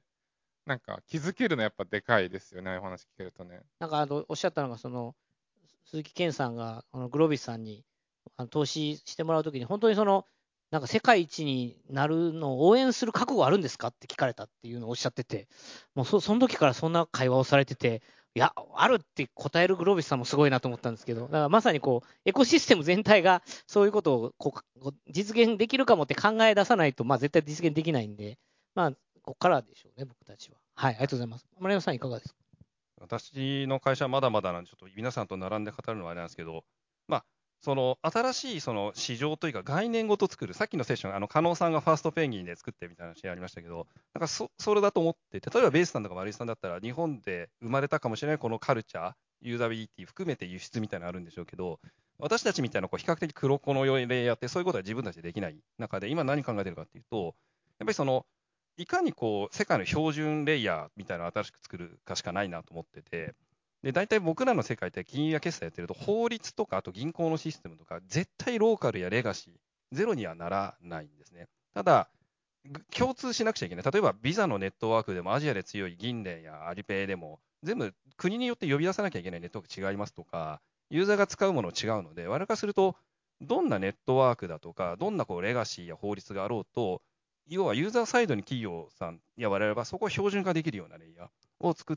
なんか気づけるのやっぱでかいですよね、ああいう話聞けるとね。 なんかおっしゃったのが、鈴木健さんがグロービスさんに投資してもらうときに、本当になんか世界一になるのを応援する覚悟あるんですかって聞かれたっていうのをおっしゃってて、もうその時からそんな会話をされてて、いや、あるって答えるグロービスさんもすごいなと思ったんですけど、だからまさにエコシステム全体がそういうことを実現できるかもって考え出さないと、まあ絶対実現できないんで、まあ、ここからでしょうね、僕たちは。はい、ありがとうございます。丸山さん、いかがですか？ 私の会社はまだまだなんで、ちょっと皆さんと並んで語るのはあれなんですけど、まあ、その新しいその市場というか概念ごと作る、さっきのセッション、加納さんがファーストペンギンで作ってみたいな話ありましたけど、なんかそれだと思ってて、例えばベースさんとか丸井さんだったら、日本で生まれたかもしれないこのカルチャー、ユーザビリティ含めて輸出みたいなのあるんでしょうけど、私たちみたいな比較的黒子のレイヤーって、そういうことは自分たちでできない中で、今何考えてるかっていうと、やっぱりいかに世界の標準レイヤーみたいなのを新しく作るかしかないなと思ってて、で、大体僕らの世界って金融や決済やってると、法律とか、あと銀行のシステムとか、絶対ローカルやレガシー、ゼロにはならないんですね。ただ、共通しなくちゃいけない。例えば、ビザのネットワークでも、アジアで強い銀聯やアリペイでも、全部国によって呼び出さなきゃいけないネットワーク違いますとか、ユーザーが使うもの違うので、我々からすると、どんなネットワークだとか、どんなレガシーや法律があろうと、要はユーザーサイドに企業さんや我々はそこを標準化できるようなレイヤーを作って、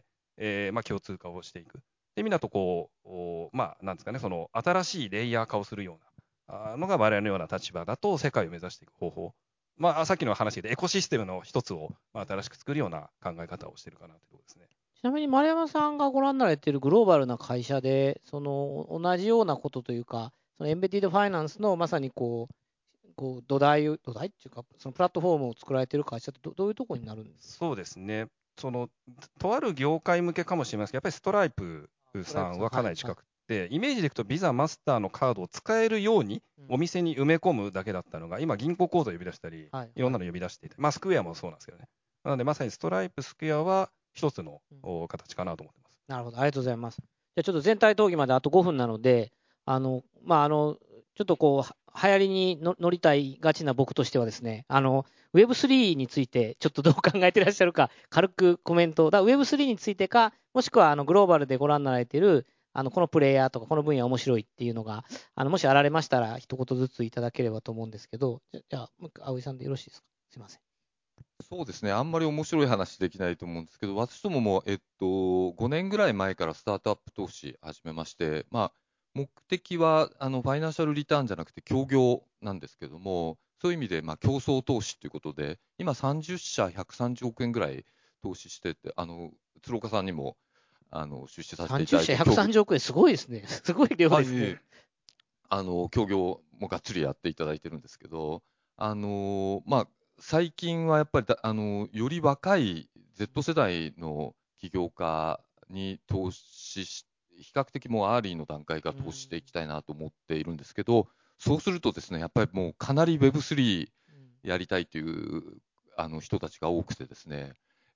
まあ、共通化をしていく。で、みんなとまあ、なんですかね、新しいレイヤー化をするようなのが我々のような立場だと世界を目指していく方法。まあ、さっきの話でエコシステムの一つを、まあ、新しく作るような考え方をしているかなというところですね。 ちなみに丸山さんがご覧になられているグローバルな会社で、同じようなことというか、エンベディッドファイナンスのまさに土台っていうか、そのプラットフォームを作られている会社ってどういうところになるんですか？ そうですね。とある業界向けかもしれませんけど、やっぱりストライプさんはかなり近くて、イメージでいくとビザマスターのカードを使えるようにお店に埋め込むだけだったのが、今銀行口座を呼び出したり、いろんなの呼び出していて、まあスクエアもそうなんですけどね。なのでまさにストライプスクエアは一つの形かなと思ってます。 なるほど、ありがとうございます。じゃあちょっと全体討議まであと5分なので、まあ、ちょっと流行りに乗りたいがちな僕としてはですね、Web3 についてちょっとどう考えてらっしゃるか、軽くコメント、Web3 についてか、もしくはグローバルでご覧になられている、このプレイヤーとか、この分野面白いっていうのが、もしあられましたら、一言ずついただければと思うんですけど、じゃあ、葵さんでよろしいですか？すいません。 そうですね、あんまり面白い話できないと思うんですけど、私どもも、5年ぐらい前からスタートアップ投資始めまして、まあ、目的はファイナンシャルリターンじゃなくて、協業なんですけども、そういう意味で、まあ、競争投資ということで、今、30社130億円ぐらい投資してて、鶴岡さんにも出資させていただ 30社いて、 130億円、すごいですね。すごい量ですね。 協業もがっつりやっていただいてるんですけど、まあ、 最近はやっぱりより若い Z 世代の起業家に投資し、比較的もうアーリーの段階から投資していきたいなと思っているんですけど、そうするとですね、やっぱりもうかなり Web3 やりたいという人たちが多くてですね、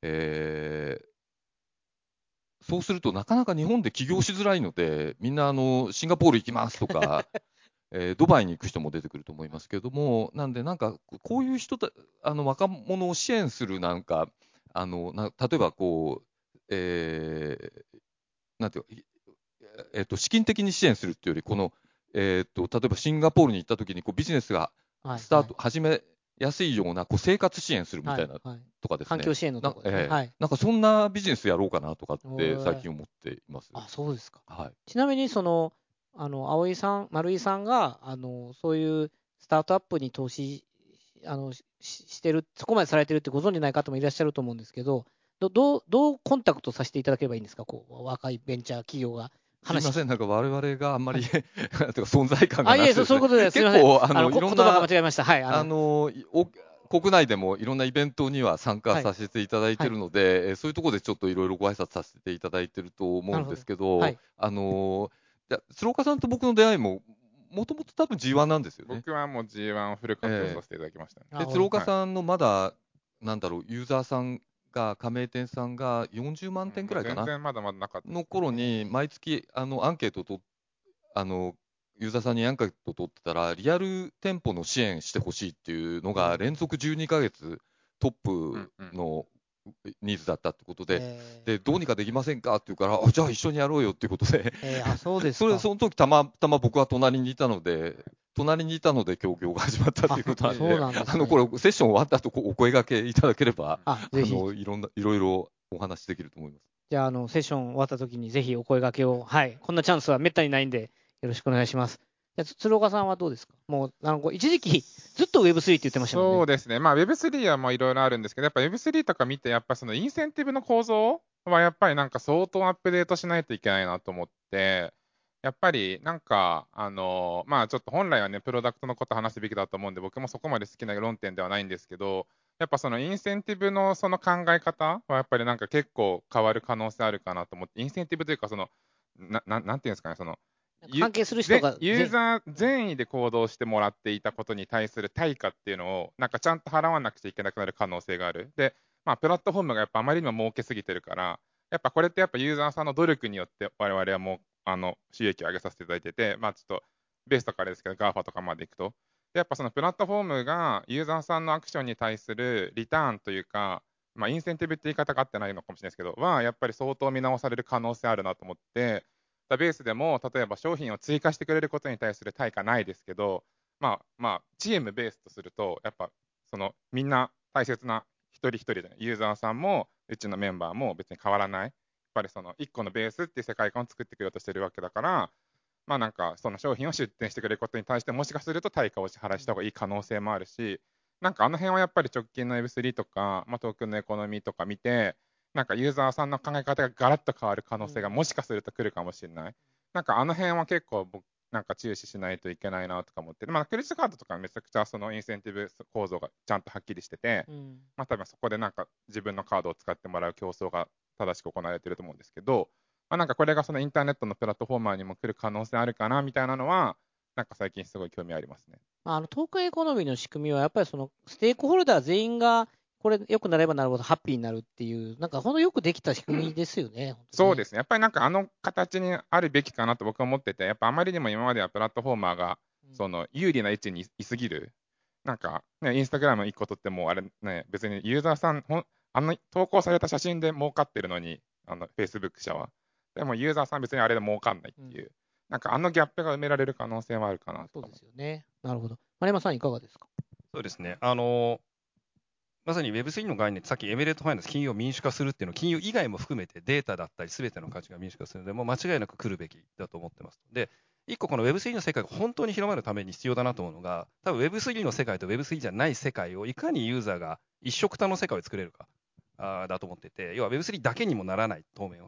そうするとなかなか日本で起業しづらいので、みんなシンガポール行きますとか、ドバイに行く人も出てくると思いますけれども、なんで、なんか、こういう人た、若者を支援する、なんか、例えばこう、なんていうか、資金的に支援するっていうより、例えばシンガポールに行った時に、ビジネスがスタート、始めやすいような、生活支援するみたいな、とかですね。 環境支援のところですね。 なんかそんなビジネスやろうかなとかって最近思っています。 あ、そうですか。 はい。 ちなみに、葵さん、丸井さんが、そういうスタートアップに投資、してる、そこまでされてるってご存じない方もいらっしゃると思うんですけど、どうコンタクトさせていただければいいんですか、若いベンチャー企業が。 すいません、なんか我々があんまり、なんていうか存在感があ、いえ、 なくてですね、 そういうことです。すみません。 結構、いろん言葉がな、 間違えました。はい。 国内でもいろんなイベントには参加はいさせていただいてるので、そういうところでちょっといろいろご挨拶させていただいてると思うんですけど、 はい。 鶴岡さんと僕の出会いも、もともと多分 G1 なんですよね。 僕はもう G1 をフル活用させていただきましたね。 で、鶴岡さんのまだ、なんだろう、ユーザーさんが、加盟店さんが40万店くらいかな、 全然まだまだなかったですね。 の頃に、毎月、アンケートをユーザーさんにアンケートを取ってたら、リアル店舗の支援してほしいっていうのが、連続12ヶ月トップのニーズだったってことで、どうにかできませんかって言うから、じゃあ一緒にやろうよっていうことで、 そうですか。 その時たまたま僕は隣にいたので、協業が始まったということなんで、これ、セッション終わった後、お声掛けいただければ、 ぜひいろいろお話できると思います。 じゃあ、セッション終わった時にぜひお声掛けを、はい、こんなチャンスはめったにないんで、よろしくお願いします。じゃあ、鶴岡さんはどうですか？もう、一時期、ずっと Web3 って言ってましたもんね。 そうですね。まあ Web3 はもういろいろあるんですけど、やっぱ Web3 とか見て、やっぱそのインセンティブの構造はやっぱりなんか相当アップデートしないといけないなと思って、やっぱりなんか、まあちょっと本来はね、プロダクトのこと話すべきだと思うんで、僕もそこまで好きな論点ではないんですけど、やっぱそのインセンティブのその考え方はやっぱりなんか結構変わる可能性あるかなと思って、インセンティブというかなんていうんですかね、 関係する人がユーザー善意で行動してもらっていたことに対する対価っていうのを、なんかちゃんと払わなくちゃいけなくなる可能性がある。で、まあ、プラットフォームがやっぱあまりにも儲けすぎてるから、やっぱこれってやっぱユーザーさんの努力によって我々はもう、収益を上げさせていただいてて、まあちょっとベースとかあれですけど、GAFA とかまで行くと。でやっぱそのプラットフォームがユーザーさんのアクションに対するリターンというか、まあ、インセンティブって言い方があってないのかもしれないですけど、やっぱり相当見直される可能性あるなと思って、ベースでも、例えば商品を追加してくれることに対する対価ないですけど、チームベースとすると、やっぱ、みんな大切な一人一人で、ユーザーさんも、うちのメンバーも別に変わらない。やっぱり一個のベースっていう世界観を作ってくれようとしてるわけだから、まあなんか、その商品を出店してくれることに対して、もしかすると対価を支払いした方がいい可能性もあるし、なんかあの辺はやっぱり直近の Web3 とか、まあ、トークンのエコノミーとか見て、なんかユーザーさんの考え方がガラッと変わる可能性がもしかすると来るかもしれない。なんかあの辺は結構僕、なんか注視しないといけないなとか思って、まあ、クレジットカードとかめちゃくちゃそのインセンティブ構造がちゃんとはっきりしてて、まあ多分そこでなんか自分のカードを使ってもらう競争が正しく行われてると思うんですけど、まあ、なんかこれがそのインターネットのプラットフォーマーにも来る可能性あるかなみたいなのは、なんか最近すごい興味ありますね。 トークンエコノミーの仕組みは、やっぱりステークホルダー全員が、これ良くなればなるほどハッピーになるっていう、なんかほんとよくできた仕組みですよね。 そうですね。やっぱりなんかあの形にあるべきかなと僕は思ってて、やっぱあまりにも今まではプラットフォーマーが、有利な位置にいすぎる。なんか、ね、インスタグラム1個取っても、あれね、別にユーザーさん、投稿された写真で儲かってるのに、Facebook 社は。でもユーザーさん別にあれで儲かんないっていう。なんかあのギャップが埋められる可能性はあるかなと。 そうですよね。なるほど。丸山さんいかがですか？ そうですね。まさに Web3 の概念、さっきエメレートファイナンス、金融を民主化するっていうのは、金融以外も含めてデータだったり、すべての価値が民主化するので、もう間違いなく来るべきだと思ってます。で、一個この Web3 の世界が本当に広まるために必要だなと思うのが、多分 Web3 の世界と Web3 じゃない世界をいかにユーザーが一色多の世界を作れるかだと思ってて、要は Web3 だけにもならない、当面は。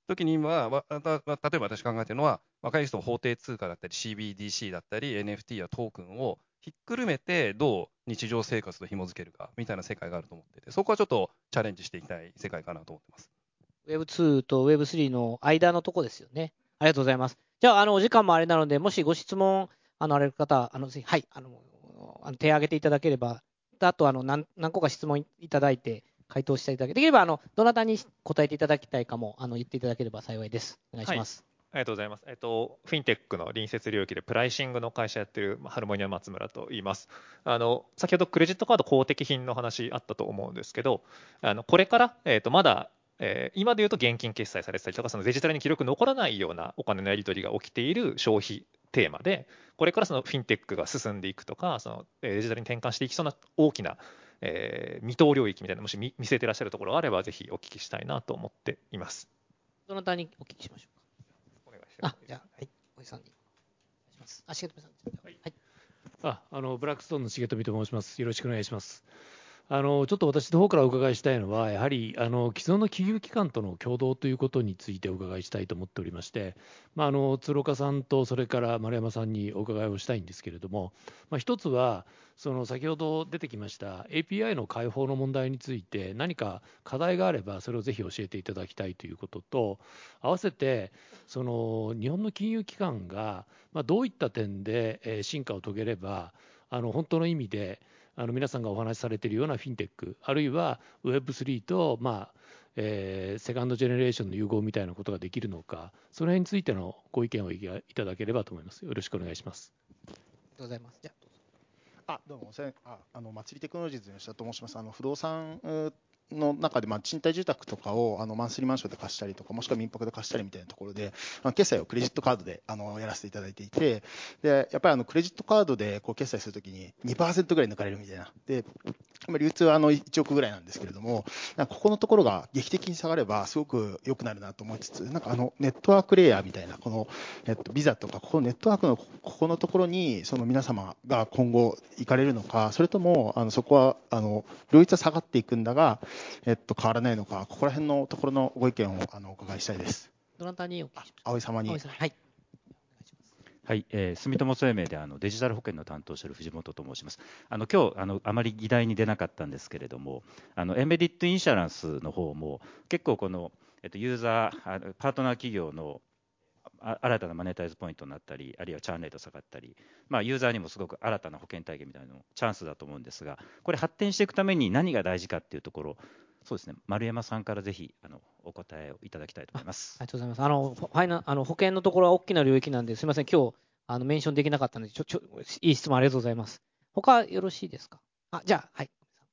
時には、例えば私考えているのは、分かりやすく法定通貨だったり、CBDC だったり、NFT やトークンをひっくるめて、どう日常生活と紐づけるかみたいな世界があると思っていて、そこはちょっとチャレンジしていきたい世界かなと思ってます。 Web2 と Web3 の間のとこですよね。ありがとうございます。じゃあ、お時間もあれなので、もしご質問、ある方、ぜひ、はい、手を挙げていただければ、あと、何個か質問いただいて、回答していただけできれば、どなたに答えていただきたいかも、言っていただければ幸いです。お願いします。 ありがとうございます。フィンテックの隣接領域でプライシングの会社やってるハルモニア松村と言います。先ほどクレジットカード公的品の話あったと思うんですけど、これから、まだ今で言うと現金決済されてたりとか、そのデジタルに記録残らないようなお金のやり取りが起きている消費テーマで、これからそのフィンテックが進んでいくとか、そのデジタルに転換していきそうな大きな、未踏領域みたいな、もし見据えていらっしゃるところがあれば、ぜひお聞きしたいなと思っています。 どなたにお聞きしましょうか。 お願いします。 じゃあ、はい、おじさんにお願いします。重富さん。はい。 ブラックストーンの重富と申します。よろしくお願いします。ちょっと私の方からお伺いしたいのは、やはり既存の金融機関との共同ということについてお伺いしたいと思っておりまして、鶴岡さんとそれから丸山さんにお伺いをしたいんですけれども、一つは、先ほど出てきました API の開放の問題について、何か課題があれば、それをぜひ教えていただきたいということと、合わせて、日本の金融機関がどういった点で進化を遂げれば、本当の意味で、皆さんがお話しされているようなフィンテック、あるいは Web3 と、セカンドジェネレーションの融合みたいなことができるのか、その辺についてのご意見をいただければと思います。よろしくお願いします。 ありがとうございます。じゃあ、どうも、まつりテクノロジーズの吉田と申します。不動産の中で、賃貸住宅とかをマンスリーマンションで貸したりとか、もしくは民泊で貸したりみたいなところで、決済をクレジットカードでやらせていただいていて、でやっぱりクレジットカードで決済するときに 2% ぐらい抜かれるみたいな。で流通は1億ぐらいなんですけれども、ここのところが劇的に下がれば、すごく良くなるなと思いつつ、ネットワークレイヤーみたいな、このビザとか、ここのネットワークのここのところに、皆様が今後行かれるのか、それともそこは両立は下がっていくんだが、変わらないのか、ここら辺のところのご意見をお伺いしたいです。 どなたにお聞きしますか。 葵様に。 はい。 はい、住友生命でデジタル保険の担当している藤本と申します。今日あまり議題に出なかったんですけれども、エンベディッドインシュランスの方も結構この、ユーザーパートナー企業の新たなマネタイズポイントになったり、あるいはチャーンレート下がったり、ユーザーにもすごく新たな保険体系みたいなのチャンスだと思うんですが、これ発展していくために何が大事かっていうところ、そうですね、丸山さんからぜひお答えをいただきたいと思います。 ありがとうございます。保険のところは大きな領域なんで、すみません、今日メンションできなかったので、いい質問ありがとうございます。他よろしいですか。じゃあ、はい。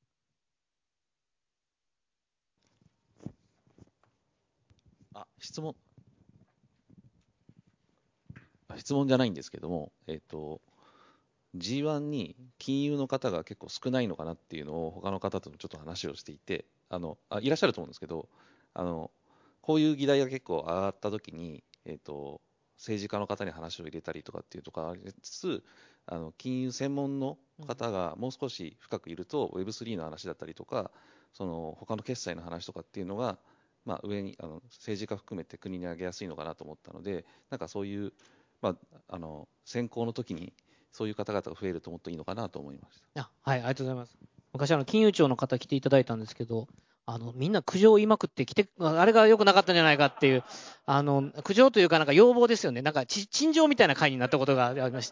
質問じゃないんですけども、G1 に金融の方が結構少ないのかなっていうのを他の方ともちょっと話をしていて、いらっしゃると思うんですけど、こういう議題が結構上がったときに、政治家の方に話を入れたりとかっていうとかありつつ、金融専門の方がもう少し深くいると、Web3 の話だったりとか、他の決済の話とかっていうのが、上に政治家含めて国に上げやすいのかなと思ったので、なんかそういう、選考の時にそういう方々が増えるともっといいのかなと思いました。 はい、ありがとうございます。昔金融庁の方来ていただいたんですけど、みんな苦情を言いまくってあれが良くなかったんじゃないかっていう、苦情というかなんか要望ですよね。なんか陳情みたいな会になったことがありました。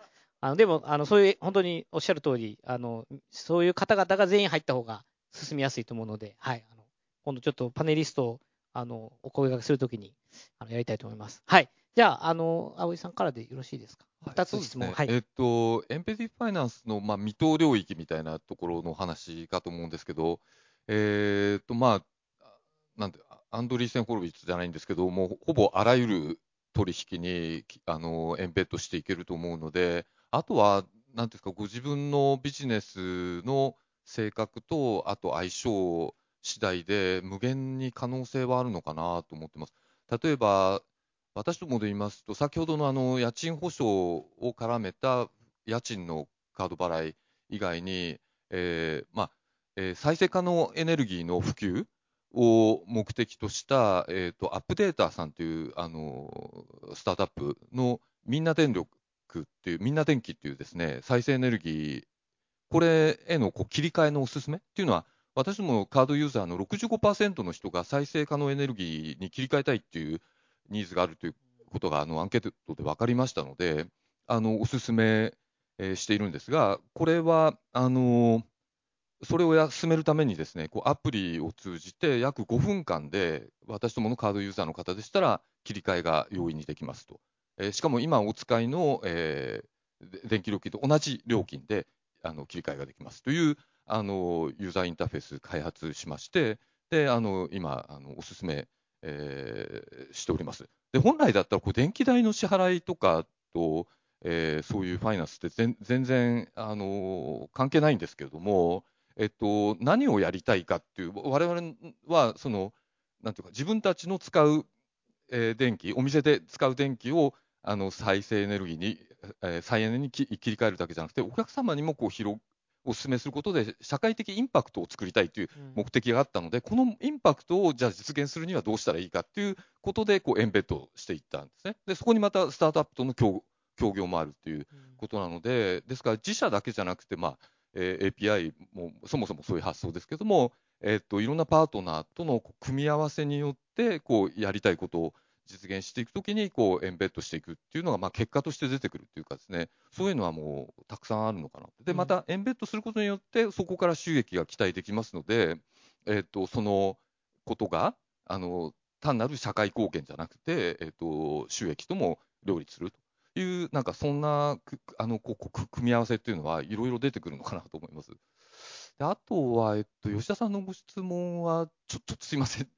でもそういう本当におっしゃる通り、そういう方々が全員入った方が進みやすいと思うので、はい、今度ちょっとパネリストをお声掛けするときにやりたいと思います。はい。じゃあ、葵さんからでよろしいですか。2つ質問。はい。 エンペディファイナンスの、未踏領域みたいなところの話かと思うんですけど、なんで、アンドリーセン・ホロビッツじゃないんですけど、もうほぼあらゆる取引にエンベッドしていけると思うので、あとは、なんですか、ご自分のビジネスの性格と、あと相性次第で無限に可能性はあるのかなと思ってます。例えば、私どもで言いますと、先ほどの家賃保証を絡めた家賃のカード払い以外に、再生可能エネルギーの普及を目的とした、アップデーターさんというスタートアップのみんな電力っていう、みんな電気っていうですね、再生エネルギー、これへのこう切り替えのおすすめっていうのは、私どものカードユーザーの 65% の人が再生可能エネルギーに切り替えたいっていうニーズがあるということがアンケートで分かりましたので、おすすめしているんですが、これはそれを進めるためにですね、こうアプリを通じて約5分間で私どものカードユーザーの方でしたら切り替えが容易にできますと。しかも今お使いの、電気料金と同じ料金で切り替えができますというユーザーインターフェース開発しまして、で今おすすめ、しております。で本来だったらこう電気代の支払いとかと、そういうファイナンスって全然関係ないんですけれども、何をやりたいかっていう、我々はなんていうか、自分たちの使う、電気、お店で使う電気を再生エネルギーに、再エネに切り替えるだけじゃなくて、お客様にもこうお勧めすることで、社会的インパクトを作りたいという目的があったので、このインパクトをじゃあ実現するにはどうしたらいいかっていうことで、こうエンベッドしていったんですね。で、そこにまたスタートアップとの協業もあるっていうことなので、ですから自社だけじゃなくて、API もそもそもそういう発想ですけども、いろんなパートナーとの組み合わせによってこうやりたいことを実現していくときにこうエンベッドしていくっていうのが結果として出てくるっていうかですね、そういうのはもうたくさんあるのかな。で、またエンベッドすることによってそこから収益が期待できますので、そのことが単なる社会貢献じゃなくて、収益とも両立するという、なんかそんな組み合わせっていうのはいろいろ出てくるのかなと思います。であとは、吉田さんのご質問は、ちょっとすいません。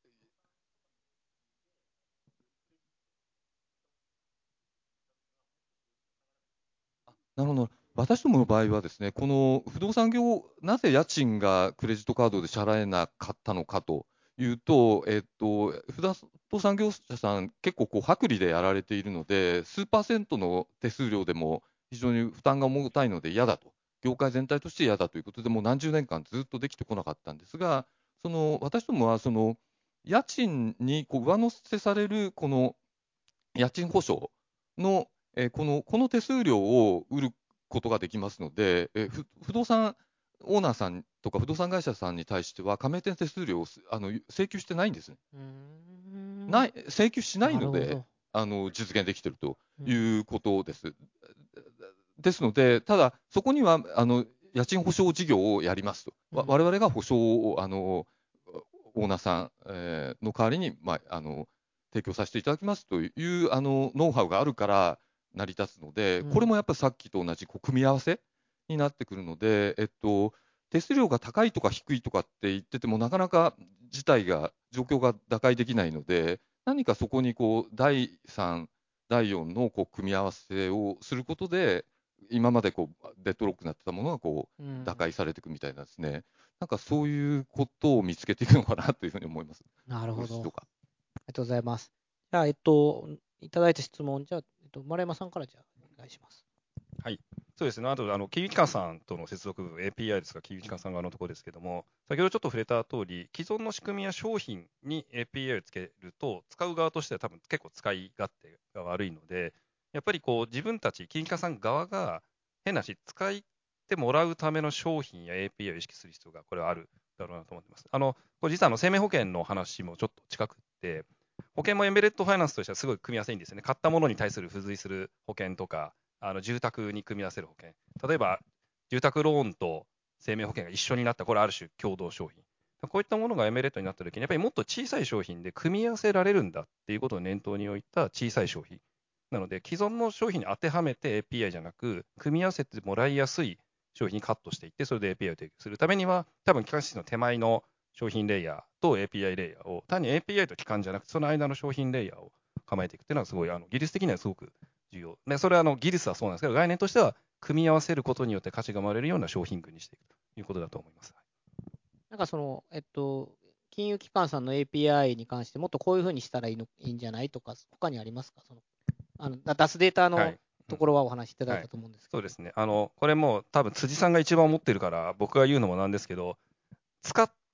なるほど。私どもの場合はですね、この不動産業、なぜ家賃がクレジットカードで支払えなかったのかというと、不動産業者さん、結構こう薄利でやられているので、数パーセントの手数料でも非常に負担が重たいので嫌だと、業界全体として嫌だということで、もう何十年間ずっとできてこなかったんですが、私どもは家賃にこう上乗せされるこの家賃保証の、この手数料を売ることができますので、不動産オーナーさんとか不動産会社さんに対しては加盟店手数料を請求してないんですね。請求しないので実現できているということです。ですので、ただそこには家賃保証事業をやりますと、我々が保証をオーナーさん、の代わりに、提供させていただきますというノウハウがあるから成り立つので、これもやっぱりさっきと同じ組み合わせになってくるので、手数料が高いとか低いとかって言ってても、なかなか状況が打開できないので、何かそこに第3、第4の組み合わせをすることで、今までデッドロックになってたものが打開されていくみたいなですね、なんかそういうことを見つけていくのかなというふうに思います。 なるほど。 ありがとうございます。じゃあ、いただいた質問、じゃあ、丸山さんからじゃあ、お願いします。 はい。そうですね。あと、金融機関さんとの接続部分、API ですが、金融機関さん側のところですけども、先ほどちょっと触れた通り、既存の仕組みや商品に API をつけると、使う側としては多分結構使い勝手が悪いので、やっぱり自分たち、金融機関さん側が変なし、使ってもらうための商品や API を意識する必要が、これはあるだろうなと思ってます。これ実は生命保険の話もちょっと近くって、保険もエンベレッドファイナンスとしてはすごい組み合わせいいんですよね。買ったものに対する付随する保険とか、住宅に組み合わせる保険。例えば、住宅ローンと生命保険が一緒になった、これある種共同商品。こういったものがエメレットになったときに、やっぱりもっと小さい商品で組み合わせられるんだっていうことを念頭に置いた小さい商品。なので、既存の商品に当てはめて API じゃなく、組み合わせてもらいやすい商品にカットしていって、それで API を提供するためには、多分、機関室の手前の商品レイヤーと API レイヤーを、単に API と機関じゃなくて、その間の商品レイヤーを構えていくっていうのは、すごい、技術的にはすごく重要。で、それは技術はそうなんですけど、概念としては、組み合わせることによって価値が生まれるような商品群にしていくということだと思います。 なんか金融機関さんの API に関して、もっとこういうふうにしたらいいんじゃないとか、他にありますか？出すデータのところはお話しいただいたと思うんですけど。 そうですね。これも多分辻さんが一番思ってるから、僕が言うのもなんですけど、使っ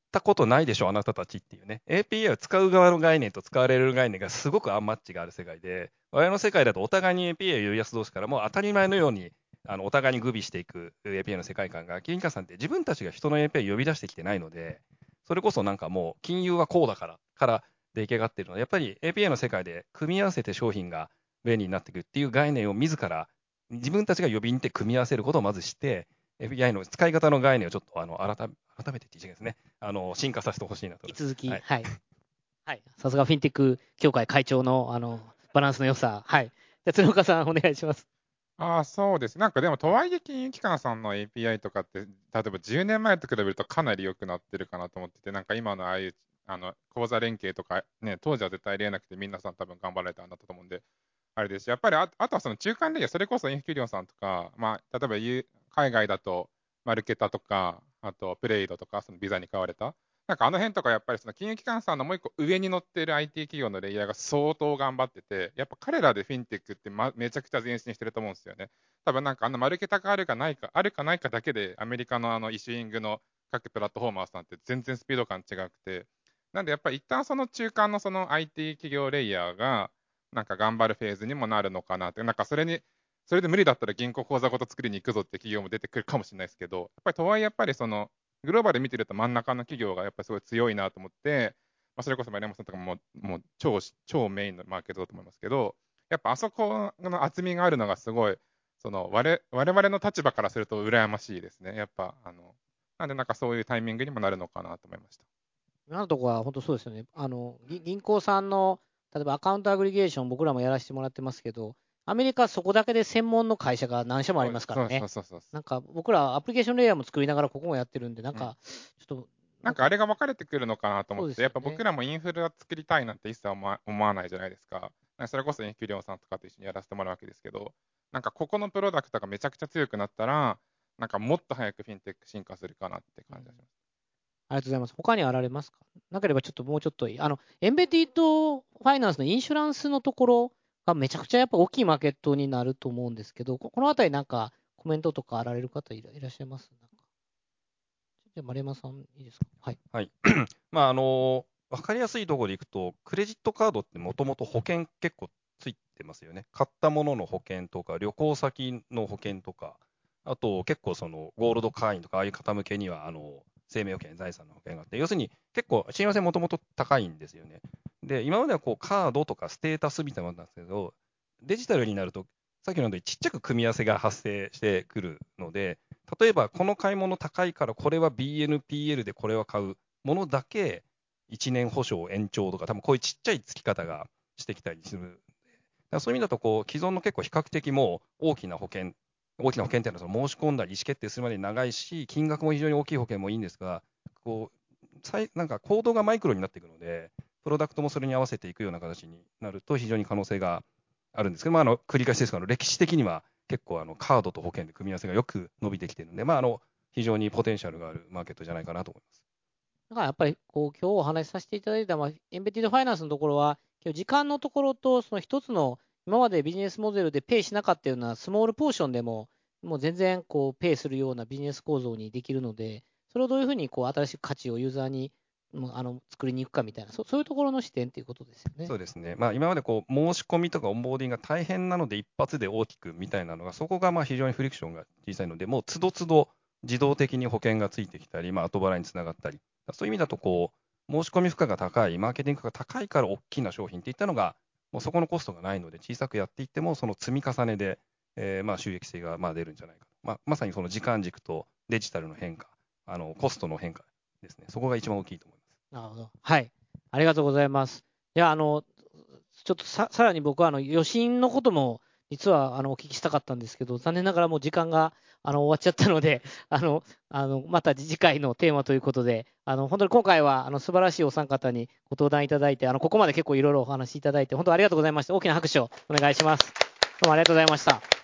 たことないでしょ、あなたたちっていうね。API を使う側の概念と使われる概念がすごくアンマッチがある世界で、我々の世界だとお互いに API を呼び出す同士からもう当たり前のようにお互いにグビしていく API の世界観が、金融機関さんって自分たちが人の API を呼び出してきてないので、それこそなんかもう金融はこうだから出来上がっているので、やっぱり API の世界で組み合わせて商品が便利になっていくっていう概念を自ら自分たちが呼びに行って組み合わせることをまずして、API の使い方の概念をちょっと改めてって言っちゃいけないですね。進化させてほしいなと。 引き続き、 はい。 はい。はい。さすがフィンテック協会会長の、バランスの良さ。はい。じゃあ、鶴岡さん、お願いします。 そうです。なんかでも、とはいえ金融機関さんの API とかって、例えば10年前と比べるとかなり良くなってるかなと思ってて、なんか今のああいう、口座連携とか、ね、当時は絶対ありえなくて、皆さん多分頑張られたんだったと思うんで、あれですし、やっぱりあとはその中間レイヤー、それこそインフィリオンさんとか、まあ、例えば海外だと、マルケタとか、あとプレイドとか、そのビザに買われた。なんかあの辺とかやっぱりその金融機関さんのもう一個上に乗ってる IT 企業のレイヤーが相当頑張ってて、やっぱ彼らでフィンテックってめちゃくちゃ前進してると思うんですよね。多分なんかマルケタがあるかないかだけで、アメリカのイシューイングの各プラットフォーマーさんって全然スピード感違くて、なんでやっぱり一旦その中間のその IT 企業レイヤーが、なんか頑張るフェーズにもなるのかなって、なんかそれで無理だったら銀行口座ごと作りに行くぞって企業も出てくるかもしれないですけど、やっぱりとはいえやっぱりその、グローバルで見てると真ん中の企業がやっぱりすごい強いなと思って、まあ、それこそ丸山さんとかもう超メインのマーケットだと思いますけど、やっぱあそこの厚みがあるのがすごい、その我々の立場からすると羨ましいですね。やっぱ、なんでなんかそういうタイミングにもなるのかなと思いました。 今のところは本当そうですよね。銀行さんの、例えばアカウントアグリゲーション、僕らもやらせてもらってますけど、アメリカはそこだけで専門の会社が何社もありますからね。 そう。 なんか僕らアプリケーションレイヤーも作りながらここもやってるんで、なんか、ちょっと、 なんかあれが分かれてくるのかなと思って、 そうですよねやっぱ僕らもインフラ作りたいなんて一切思わないじゃないですか。それこそインフィリオンさんとかと一緒にやらせてもらうわけですけど、なんかここのプロダクトがめちゃくちゃ強くなったら、なんかもっと早くフィンテック進化するかなって感じがします。 ありがとうございます。他にあられますか？なければちょっともうちょっと、エンベディッドファイナンスのインシュランスのところがめちゃくちゃやっぱ大きいマーケットになると思うんですけど、このあたりなんかコメントとかあられる方いらっしゃいます？なんかじゃあ丸山さんいいですか？はい。 はい。まあ、わかりやすいところでいくと、クレジットカードってもともと保険結構ついてますよね。買ったものの保険とか、旅行先の保険とか、あと結構そのゴールド会員とか、ああいう方向けには、生命保険、財産の保険があって、要するに結構信用性もともと高いんですよね。で、今まではこうカードとかステータスみたいなものなんですけど、デジタルになると、さっきのようにちっちゃく組み合わせが発生してくるので、例えばこの買い物高いからこれは BNPL でこれは買うものだけ1年保証延長とか、多分こういうちっちゃい付き方がしてきたりする。だからそういう意味だとこう、既存の結構比較的もう大きな保険っていうのはその申し込んだり意思決定するまで長いし、金額も非常に大きい保険もいいんですが、こうなんか行動がマイクロになっていくので、プロダクトもそれに合わせていくような形になると非常に可能性があるんですけど、繰り返しですが、歴史的には結構カードと保険で組み合わせがよく伸びてきているので、非常にポテンシャルがあるマーケットじゃないかなと思います。 だからやっぱりこう今日お話しさせていただいた、エンベディッドファイナンスのところは、時間のところと、その一つの今までビジネスモデルでペイしなかったようなスモールポーションでも、もう全然こうペイするようなビジネス構造にできるので、それをどういうふうにこう新しい価値をユーザーに作りに行くかみたいな、そういうところの視点ということですよね。 そうですね。今までこう申し込みとかオンボーディングが大変なので一発で大きくみたいなのが、そこが非常にフリクションが小さいので、もう都度都度自動的に保険がついてきたり、後払いにつながったり、そういう意味だとこう、申し込み負荷が高い、マーケティングが高いから大きな商品っていったのが、もうそこのコストがないので、小さくやっていっても、その積み重ねで、収益性が出るんじゃないかと。まさにその時間軸とデジタルの変化、コストの変化ですね。そこが一番大きいと思います。 なるほど。はい。ありがとうございます。ちょっとさらに僕は余震のことも実はお聞きしたかったんですけど、残念ながらもう時間が終わっちゃったので、また次回のテーマということで、本当に今回は素晴らしいお三方にご登壇いただいて、ここまで結構いろいろお話しいただいて、本当にありがとうございました。大きな拍手をお願いします。どうもありがとうございました。